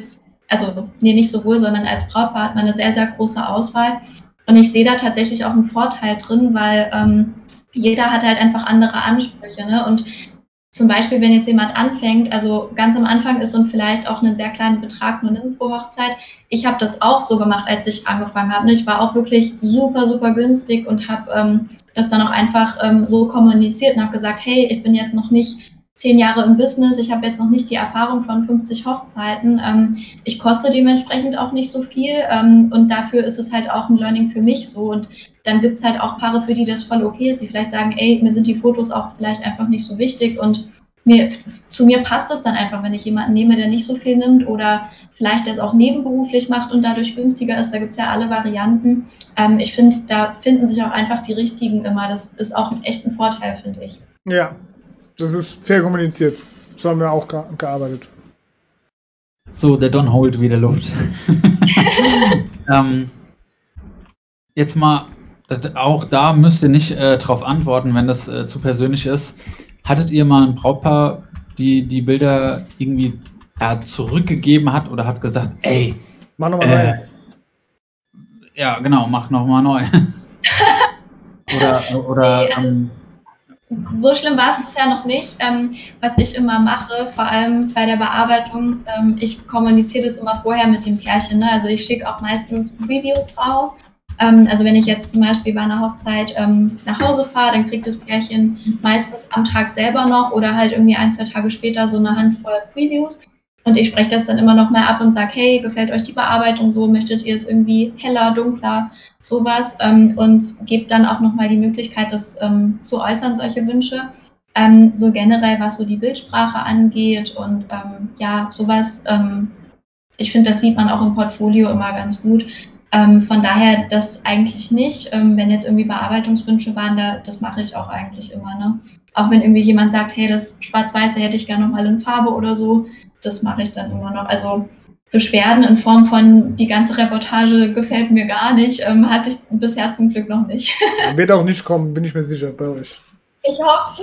also nee, nicht sowohl, sondern als Brautpaar hat man eine sehr, sehr große Auswahl. Und ich sehe da tatsächlich auch einen Vorteil drin, weil ähm, jeder hat halt einfach andere Ansprüche. Ne? Und zum Beispiel, wenn jetzt jemand anfängt, also ganz am Anfang ist und vielleicht auch einen sehr kleinen Betrag nur nimmt pro Hochzeit. Ich habe das auch so gemacht, als ich angefangen habe. Ne? Ich war auch wirklich super, super günstig und habe ähm, das dann auch einfach ähm, so kommuniziert und habe gesagt, hey, ich bin jetzt noch nicht zehn Jahre im Business, ich habe jetzt noch nicht die Erfahrung von fünfzig Hochzeiten, ähm, ich koste dementsprechend auch nicht so viel ähm, und dafür ist es halt auch ein Learning für mich so und dann gibt es halt auch Paare, für die das voll okay ist, die vielleicht sagen, ey, mir sind die Fotos auch vielleicht einfach nicht so wichtig und mir, zu mir passt es dann einfach, wenn ich jemanden nehme, der nicht so viel nimmt oder vielleicht der es auch nebenberuflich macht und dadurch günstiger ist, da gibt es ja alle Varianten. Ähm, ich finde, da finden sich auch einfach die richtigen immer, das ist auch echt ein Vorteil, finde ich. Ja. Das ist fair kommuniziert. So haben wir auch ge gearbeitet. So, der Don holt wieder Luft. ähm, jetzt mal, auch da müsst ihr nicht äh, drauf antworten, wenn das äh, zu persönlich ist. Hattet ihr mal ein Brautpaar, die die Bilder irgendwie ja, zurückgegeben hat oder hat gesagt, ey, mach nochmal äh, neu. Ja, genau, mach nochmal neu. oder, oder, nee, also ähm, so schlimm war es bisher noch nicht. Ähm, was ich immer mache, vor allem bei der Bearbeitung, ähm, ich kommuniziere das immer vorher mit dem Pärchen. Ne? Also ich schicke auch meistens Reviews raus. Ähm, also wenn ich jetzt zum Beispiel bei einer Hochzeit ähm, nach Hause fahre, dann kriegt das Pärchen meistens am Tag selber noch oder halt irgendwie ein, zwei Tage später so eine Handvoll Previews. Und ich spreche das dann immer noch mal ab und sage, hey, gefällt euch die Bearbeitung so? Möchtet ihr es irgendwie heller, dunkler, sowas? Ähm, und gebe dann auch noch mal die Möglichkeit, das ähm, zu äußern, solche Wünsche. Ähm, so generell, was so die Bildsprache angeht und ähm, ja, sowas. Ähm, ich finde, das sieht man auch im Portfolio immer ganz gut. Ähm, von daher das eigentlich nicht. Ähm, wenn jetzt irgendwie Bearbeitungswünsche waren, da, das mache ich auch eigentlich immer. Ne? Auch wenn irgendwie jemand sagt, hey, das Schwarz-Weiß hätte ich gerne noch mal in Farbe oder so, das mache ich dann immer noch. Also Beschwerden in Form von die ganze Reportage gefällt mir gar nicht, ähm, hatte ich bisher zum Glück noch nicht. Wird auch nicht kommen, bin ich mir sicher, bei euch. Ich hoff's.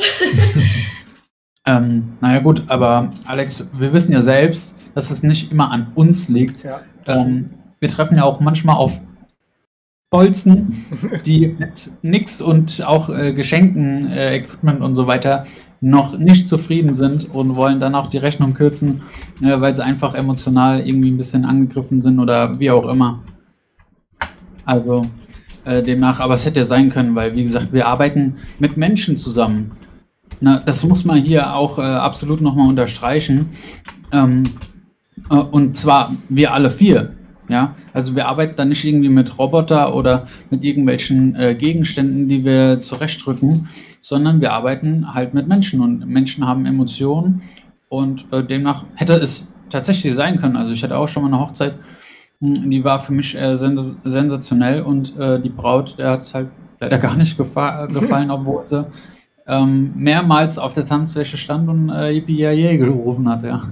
ähm, naja gut, aber Alex, wir wissen ja selbst, dass es nicht immer an uns liegt. Ja. Ähm, wir treffen ja auch manchmal auf Bolzen, die mit nix und auch äh, Geschenken, äh, Equipment und so weiter noch nicht zufrieden sind und wollen dann auch die Rechnung kürzen, äh, weil sie einfach emotional irgendwie ein bisschen angegriffen sind oder wie auch immer. Also äh, demnach, aber es hätte ja sein können, weil wie gesagt, wir arbeiten mit Menschen zusammen. Na, das muss man hier auch äh, absolut nochmal unterstreichen. Ähm, äh, und zwar wir alle vier. Ja, also wir arbeiten da nicht irgendwie mit Roboter oder mit irgendwelchen äh, Gegenständen, die wir zurechtdrücken, sondern wir arbeiten halt mit Menschen und Menschen haben Emotionen und äh, demnach hätte es tatsächlich sein können. Also ich hatte auch schon mal eine Hochzeit, die war für mich äh, sens sensationell und äh, die Braut, der hat es halt leider gar nicht gefa gefallen, obwohl sie ähm, mehrmals auf der Tanzfläche stand und äh, Yippie gerufen hat, ja.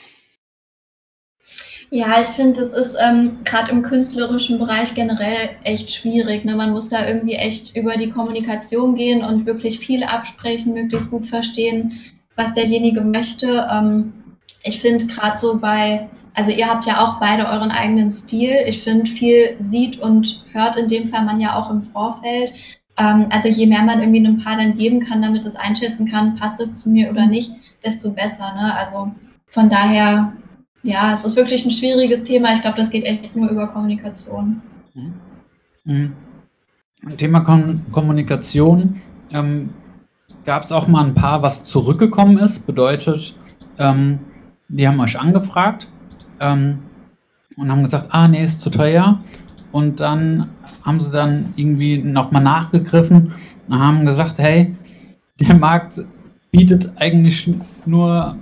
Ja, ich finde, das ist ähm, gerade im künstlerischen Bereich generell echt schwierig. Ne? Man muss da irgendwie echt über die Kommunikation gehen und wirklich viel absprechen, möglichst gut verstehen, was derjenige möchte. Ähm, ich finde gerade so bei, also ihr habt ja auch beide euren eigenen Stil. Ich finde, viel sieht und hört in dem Fall man ja auch im Vorfeld. Ähm, also je mehr man irgendwie einem Paar dann geben kann, damit es einschätzen kann, passt es zu mir oder nicht, desto besser. Ne? Also von daher... Ja, es ist wirklich ein schwieriges Thema. Ich glaube, das geht echt nur über Kommunikation. Mhm. Thema Kom Kommunikation. Ähm, gab es auch mal ein Paar, was zurückgekommen ist? Bedeutet, ähm, die haben euch angefragt ähm, und haben gesagt, ah, nee, ist zu teuer. Und dann haben sie dann irgendwie nochmal nachgegriffen und haben gesagt, hey, der Markt bietet eigentlich nur...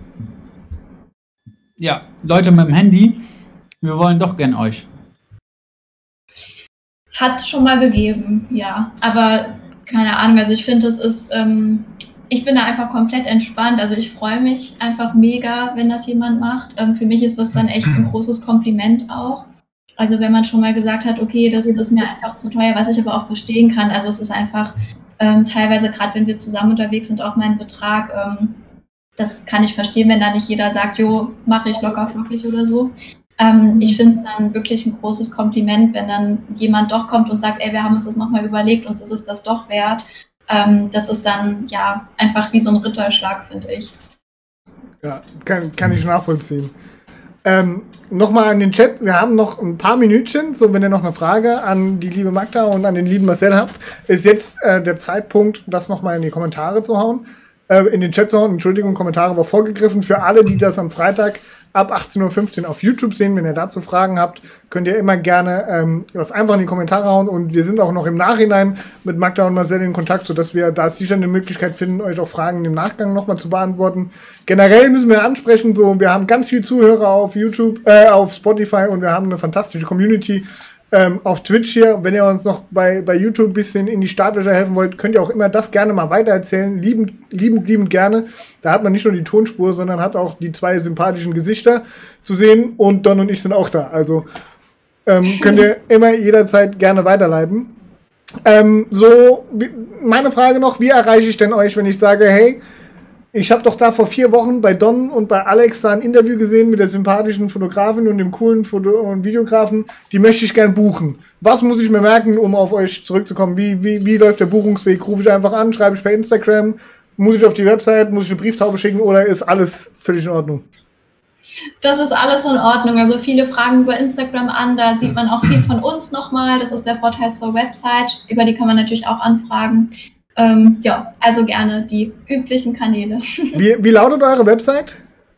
Ja, Leute mit dem Handy, wir wollen doch gern euch. Hat es schon mal gegeben, ja. Aber keine Ahnung, also ich finde, es ist, ähm, ich bin da einfach komplett entspannt. Also ich freue mich einfach mega, wenn das jemand macht. Ähm, für mich ist das dann echt ein großes Kompliment auch. Also wenn man schon mal gesagt hat, okay, das ist mir einfach zu teuer, was ich aber auch verstehen kann. Also es ist einfach ähm, teilweise, gerade wenn wir zusammen unterwegs sind, auch mein Betrag, ähm, das kann ich verstehen, wenn da nicht jeder sagt, jo, mache ich locker flockig oder so. Ähm, ich finde es dann wirklich ein großes Kompliment, wenn dann jemand doch kommt und sagt, ey, wir haben uns das nochmal überlegt, uns ist es das doch wert. Ähm, das ist dann ja einfach wie so ein Ritterschlag, finde ich. Ja, kann, kann ich nachvollziehen. Ähm, Nochmal an den Chat, wir haben noch ein paar Minütchen, so wenn ihr noch eine Frage an die liebe Magda und an den lieben Marcel habt, ist jetzt äh, der Zeitpunkt, das nochmal in die Kommentare zu hauen, äh, in den Chat zu hauen, Entschuldigung, Kommentare war vorgegriffen, für alle, die das am Freitag ab achtzehn Uhr fünfzehn auf YouTube sehen, wenn ihr dazu Fragen habt, könnt ihr immer gerne ähm, das einfach in die Kommentare hauen und wir sind auch noch im Nachhinein mit Magda und Marcel in Kontakt, sodass wir da sicher eine Möglichkeit finden, euch auch Fragen im Nachgang nochmal zu beantworten. Generell müssen wir ansprechen, so, wir haben ganz viele Zuhörer auf YouTube, äh, auf Spotify und wir haben eine fantastische Community ähm, auf Twitch hier. Wenn ihr uns noch bei, bei YouTube ein bisschen in die Startlöcher helfen wollt, könnt ihr auch immer das gerne mal weitererzählen. Liebend, liebend, liebend gerne. Da hat man nicht nur die Tonspur, sondern hat auch die zwei sympathischen Gesichter zu sehen und Don und ich sind auch da. Also ähm, könnt ihr immer jederzeit gerne weiterleiten. Ähm, so, wie, meine Frage noch, wie erreiche ich denn euch, wenn ich sage, hey, ich habe doch da vor vier Wochen bei Don und bei Alex da ein Interview gesehen mit der sympathischen Fotografin und dem coolen Foto- und Videografen. Die möchte ich gern buchen. Was muss ich mir merken, um auf euch zurückzukommen? Wie, wie, wie läuft der Buchungsweg? Rufe ich einfach an, schreibe ich per Instagram? Muss ich auf die Website? Muss ich eine Brieftaube schicken? Oder ist alles völlig in Ordnung? Das ist alles in Ordnung. Also viele fragen über Instagram an, da sieht man auch viel von uns nochmal. Das ist der Vorteil zur Website. Über die kann man natürlich auch anfragen. Ähm, ja, also gerne die üblichen Kanäle. Wie, wie lautet eure Website?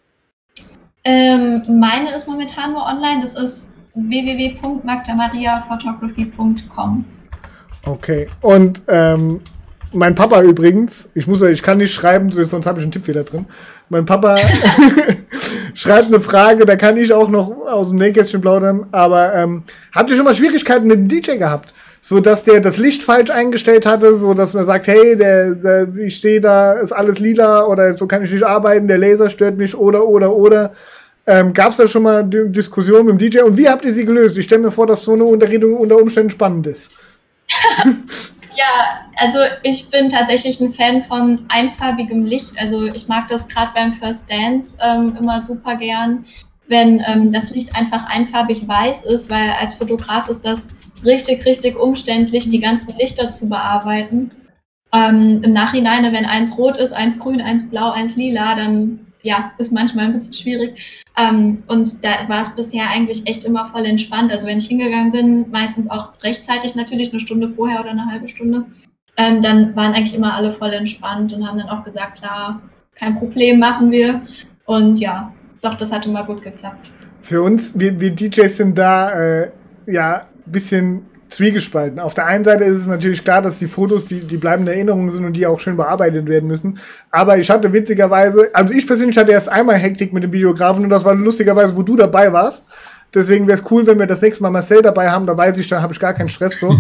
Ähm, meine ist momentan nur online. Das ist w w w punkt magdamaria photography punkt com. Okay. Und ähm, mein Papa übrigens, ich muss, ich kann nicht schreiben, sonst habe ich einen Tippfehler drin. Mein Papa schreibt eine Frage, da kann ich auch noch aus dem Nähkästchen plaudern. Aber ähm, habt ihr schon mal Schwierigkeiten mit dem D J gehabt? So dass der das Licht falsch eingestellt hatte, so dass man sagt, hey, der, der ich stehe da, ist alles lila oder so kann ich nicht arbeiten, der Laser stört mich oder oder oder. Ähm, Gab es da schon mal die Diskussion mit dem D J und wie habt ihr sie gelöst? Ich stelle mir vor, dass so eine Unterredung unter Umständen spannend ist. Ja, also ich bin tatsächlich ein Fan von einfarbigem Licht. Also ich mag das gerade beim First Dance ähm, immer super gern, wenn ähm, das Licht einfach einfarbig weiß ist, weil als Fotograf ist das richtig, richtig umständlich, die ganzen Lichter zu bearbeiten. Ähm, im Nachhinein, wenn eins rot ist, eins grün, eins blau, eins lila, dann ja, ist manchmal ein bisschen schwierig. Ähm, und da war es bisher eigentlich echt immer voll entspannt. Also wenn ich hingegangen bin, meistens auch rechtzeitig natürlich, eine Stunde vorher oder eine halbe Stunde, ähm, dann waren eigentlich immer alle voll entspannt und haben dann auch gesagt, klar, kein Problem, machen wir. Und ja, doch, das hat immer gut geklappt. Für uns, wir, wir D Js sind da, äh, ja, ein bisschen zwiegespalten. Auf der einen Seite ist es natürlich klar, dass die Fotos die, die bleibende Erinnerungen sind und die auch schön bearbeitet werden müssen. Aber ich hatte witzigerweise, also ich persönlich hatte erst einmal Hektik mit dem Videografen und das war lustigerweise, wo du dabei warst. Deswegen wäre es cool, wenn wir das nächste Mal Marcel dabei haben, da weiß ich, da habe ich gar keinen Stress so.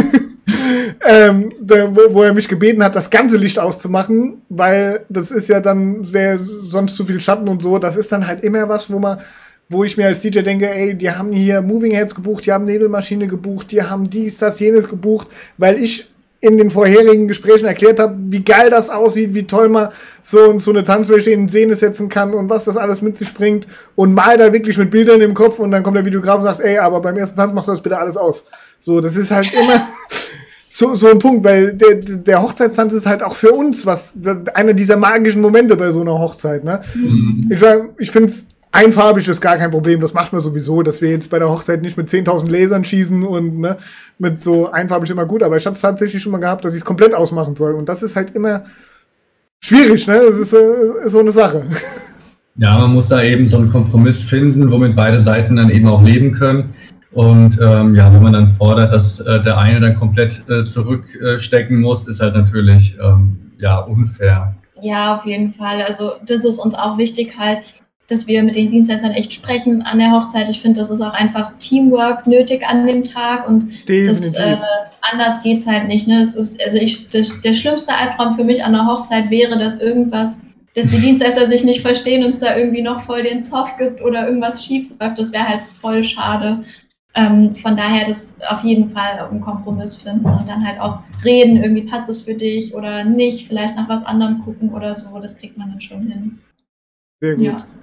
ähm, da, wo, wo er mich gebeten hat, das ganze Licht auszumachen, weil das ist ja dann, wäre sonst zu viel Schatten und so. Das ist dann halt immer was, wo man wo ich mir als D J denke, ey, die haben hier Moving Heads gebucht, die haben Nebelmaschine gebucht, die haben dies, das, jenes gebucht, weil ich in den vorherigen Gesprächen erklärt habe, wie geil das aussieht, wie toll man so, so eine Tanzfläche in Szene setzen kann und was das alles mit sich bringt und mal da wirklich mit Bildern im Kopf und dann kommt der Videograf und sagt, ey, aber beim ersten Tanz machst du das bitte alles aus. So, das ist halt immer so, so ein Punkt, weil der, der Hochzeitstanz ist halt auch für uns was, einer dieser magischen Momente bei so einer Hochzeit, ne? Mhm. Ich, ich finde es einfarbig ist gar kein Problem, das macht man sowieso, dass wir jetzt bei der Hochzeit nicht mit zehntausend Lasern schießen und ne, mit so einfarbig immer gut, aber ich habe es tatsächlich schon mal gehabt, dass ich es komplett ausmachen soll und das ist halt immer schwierig, ne, das ist, äh, ist so eine Sache. Ja, man muss da eben so einen Kompromiss finden, womit beide Seiten dann eben auch leben können und ähm, ja, wenn man dann fordert, dass äh, der eine dann komplett äh, zurückstecken muss, ist halt natürlich ähm, ja unfair. Ja, auf jeden Fall, also das ist uns auch wichtig halt, dass wir mit den Dienstleistern echt sprechen an der Hochzeit. Ich finde, das ist auch einfach Teamwork nötig an dem Tag und das, äh, anders geht's halt nicht. Ne? Das ist, also ich, das, der schlimmste Albtraum für mich an der Hochzeit wäre, dass irgendwas, dass die Dienstleister sich nicht verstehen und es da irgendwie noch voll den Zoff gibt oder irgendwas schief läuft. Das wäre halt voll schade. Ähm, von daher das auf jeden Fall einen Kompromiss finden und dann halt auch reden, irgendwie passt das für dich oder nicht, vielleicht nach was anderem gucken oder so. Das kriegt man dann schon hin. Sehr gut. Ja.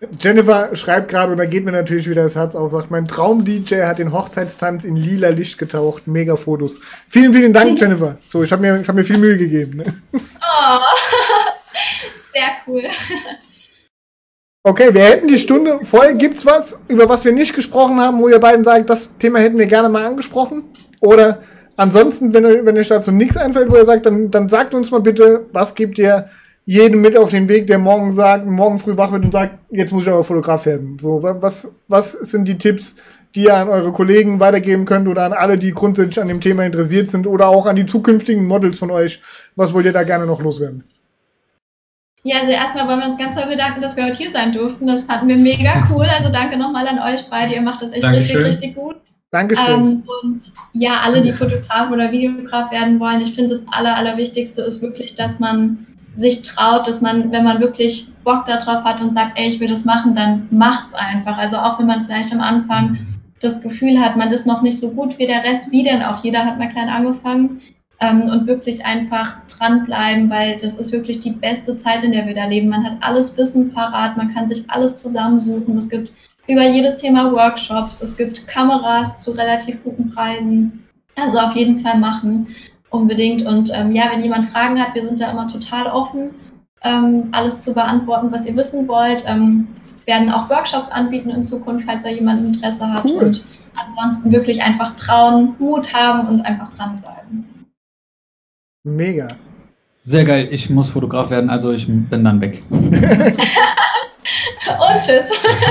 Jennifer schreibt gerade, und da geht mir natürlich wieder das Herz auf, sagt, mein Traum-D J hat den Hochzeitstanz in lila Licht getaucht. Mega Fotos. Vielen, vielen Dank, Jennifer. So, ich habe mir, ich hab mir viel Mühe gegeben. Ne? Oh, sehr cool. Okay, wir hätten die Stunde voll. Gibt's was, über was wir nicht gesprochen haben, wo ihr beiden sagt, das Thema hätten wir gerne mal angesprochen? Oder ansonsten, wenn, wenn euch dazu nichts einfällt, wo ihr sagt, dann, dann sagt uns mal bitte, was gebt ihr jedem mit auf den Weg, der morgen sagt, morgen früh wach wird und sagt, jetzt muss ich aber Fotograf werden. So, was, was sind die Tipps, die ihr an eure Kollegen weitergeben könnt oder an alle, die grundsätzlich an dem Thema interessiert sind oder auch an die zukünftigen Models von euch? Was wollt ihr da gerne noch loswerden? Ja, also erstmal wollen wir uns ganz doll bedanken, dass wir heute hier sein durften. Das fanden wir mega cool. Also danke nochmal an euch beide. Ihr macht das echt Dankeschön. richtig, richtig gut. Dankeschön. Ähm, und ja, alle, die Fotograf oder Videograf werden wollen, ich finde, das Aller, Allerwichtigste ist wirklich, dass man sich traut, dass man, wenn man wirklich Bock darauf hat und sagt, ey, ich will das machen, dann macht's einfach. Also auch wenn man vielleicht am Anfang das Gefühl hat, man ist noch nicht so gut wie der Rest, wie denn auch, jeder hat mal klein angefangen, ähm, und wirklich einfach dranbleiben, weil das ist wirklich die beste Zeit, in der wir da leben. Man hat alles Wissen parat, man kann sich alles zusammensuchen. Es gibt über jedes Thema Workshops, es gibt Kameras zu relativ guten Preisen. Also auf jeden Fall machen. Unbedingt. Und ähm, ja, wenn jemand Fragen hat, wir sind da immer total offen, ähm, alles zu beantworten, was ihr wissen wollt. Ähm, werden auch Workshops anbieten in Zukunft, falls da jemand Interesse hat. Cool. Und ansonsten wirklich einfach trauen, Mut haben und einfach dranbleiben. Mega. Sehr geil. Ich muss Fotograf werden, also ich bin dann weg. Und tschüss.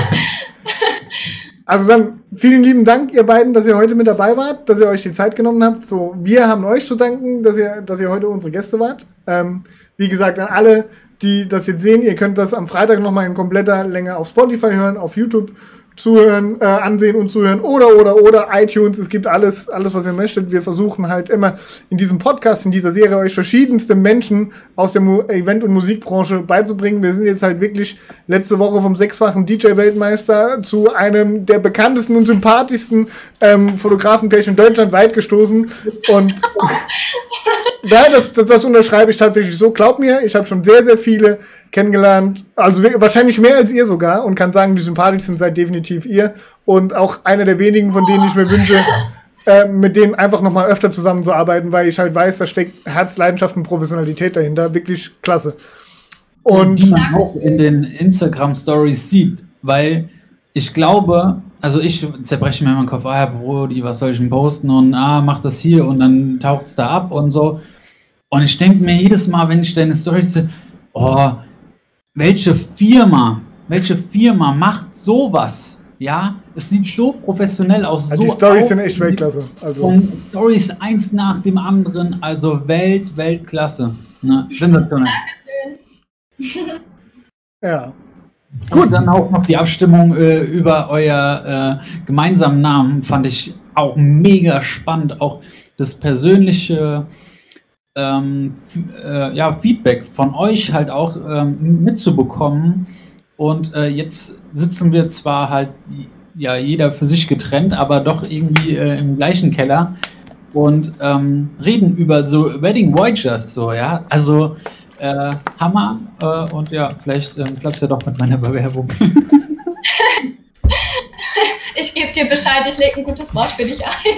Also dann vielen lieben Dank, ihr beiden, dass ihr heute mit dabei wart, dass ihr euch die Zeit genommen habt. So, wir haben euch zu danken, dass ihr, dass ihr heute unsere Gäste wart. Ähm, wie gesagt, an alle, die das jetzt sehen, ihr könnt das am Freitag nochmal in kompletter Länge auf Spotify hören, auf YouTube zuhören, äh, ansehen und zuhören oder, oder, oder iTunes. Es gibt alles, alles, was ihr möchtet. Wir versuchen halt immer in diesem Podcast, in dieser Serie euch verschiedenste Menschen aus der Mu- Event- und Musikbranche beizubringen. Wir sind jetzt halt wirklich letzte Woche vom sechsfachen D J-Weltmeister zu einem der bekanntesten und sympathischsten ähm, Fotografenpärchen in Deutschland weit gestoßen. Und ja, das, das, das unterschreibe ich tatsächlich so. Glaubt mir, ich habe schon sehr, sehr viele kennengelernt, also wahrscheinlich mehr als ihr sogar, und kann sagen, die sympathischsten seid definitiv ihr und auch einer der wenigen, von denen ich mir wünsche, äh, mit denen einfach nochmal öfter zusammenzuarbeiten, weil ich halt weiß, da steckt Herz, Leidenschaft und Professionalität dahinter, wirklich klasse. Und die man auch in den Instagram-Stories sieht, weil ich glaube, also ich zerbreche mir immer den Kopf, ah, Brody, was soll ich denn posten und ah, mach das hier und dann taucht es da ab und so. Und ich denke mir jedes Mal, wenn ich deine Stories sehe, oh, welche Firma, welche Firma macht sowas? Ja, es sieht so professionell aus. ja, so die Stories sind echt Weltklasse. Also. Und Stories eins nach dem anderen, also Welt, Weltklasse. Ne? Sensationell. Dankeschön. Ja. Gut, dann auch noch die Abstimmung äh, über euer äh, gemeinsamen Namen fand ich auch mega spannend. Auch das persönliche ähm, äh, ja, Feedback von euch halt auch ähm, mitzubekommen. Und äh, jetzt sitzen wir zwar halt ja jeder für sich getrennt, aber doch irgendwie äh, im gleichen Keller und ähm, reden über so Wedding Voyagers, so, ja. Also äh, Hammer äh, und ja, vielleicht ähm, klappt's ja doch mit meiner Bewerbung. Ich gebe dir Bescheid, ich lege ein gutes Wort für dich ein.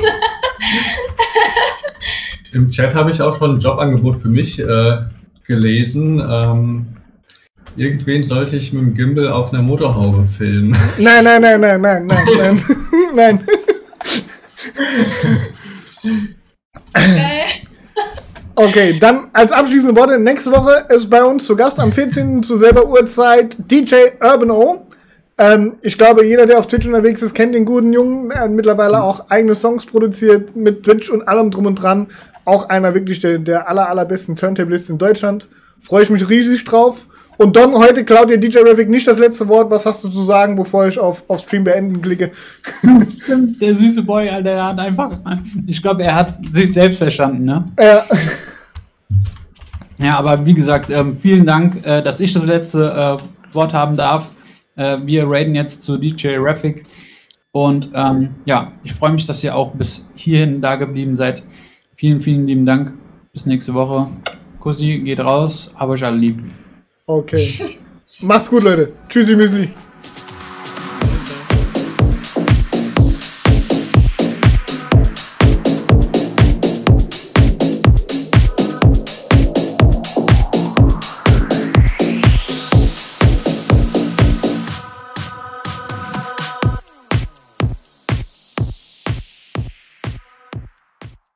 Im Chat habe ich auch schon ein Jobangebot für mich äh, gelesen. Ähm, irgendwen sollte ich mit dem Gimbal auf einer Motorhaube filmen. Nein, nein, nein, nein, nein, nein, nein, nein. Okay. Okay, dann als abschließende Worte, nächste Woche ist bei uns zu Gast am vierzehnten zur selber Uhrzeit D J Urbano. Ähm, ich glaube, jeder, der auf Twitch unterwegs ist, kennt den guten Jungen. Er hat mittlerweile auch eigene Songs produziert mit Twitch und allem drum und dran. Auch einer wirklich der, der aller, allerbesten Turntablists in Deutschland. Freue ich mich riesig drauf. Und Don, heute klaut dir D J Raffic nicht das letzte Wort. Was hast du zu sagen, bevor ich auf, auf Stream beenden klicke? Der süße Boy, Alter, der hat einfach, ich glaube, er hat sich selbst verstanden, ne? Ja. Ja, aber wie gesagt, ähm, vielen Dank, äh, dass ich das letzte äh, Wort haben darf. Äh, wir raiden jetzt zu D J Raffic. Und ähm, ja, ich freue mich, dass ihr auch bis hierhin da geblieben seid. Vielen, vielen lieben Dank. Bis nächste Woche. Kussi, geht raus, hab euch alle lieb. Okay. Macht's gut, Leute. Tschüssi, Müsli.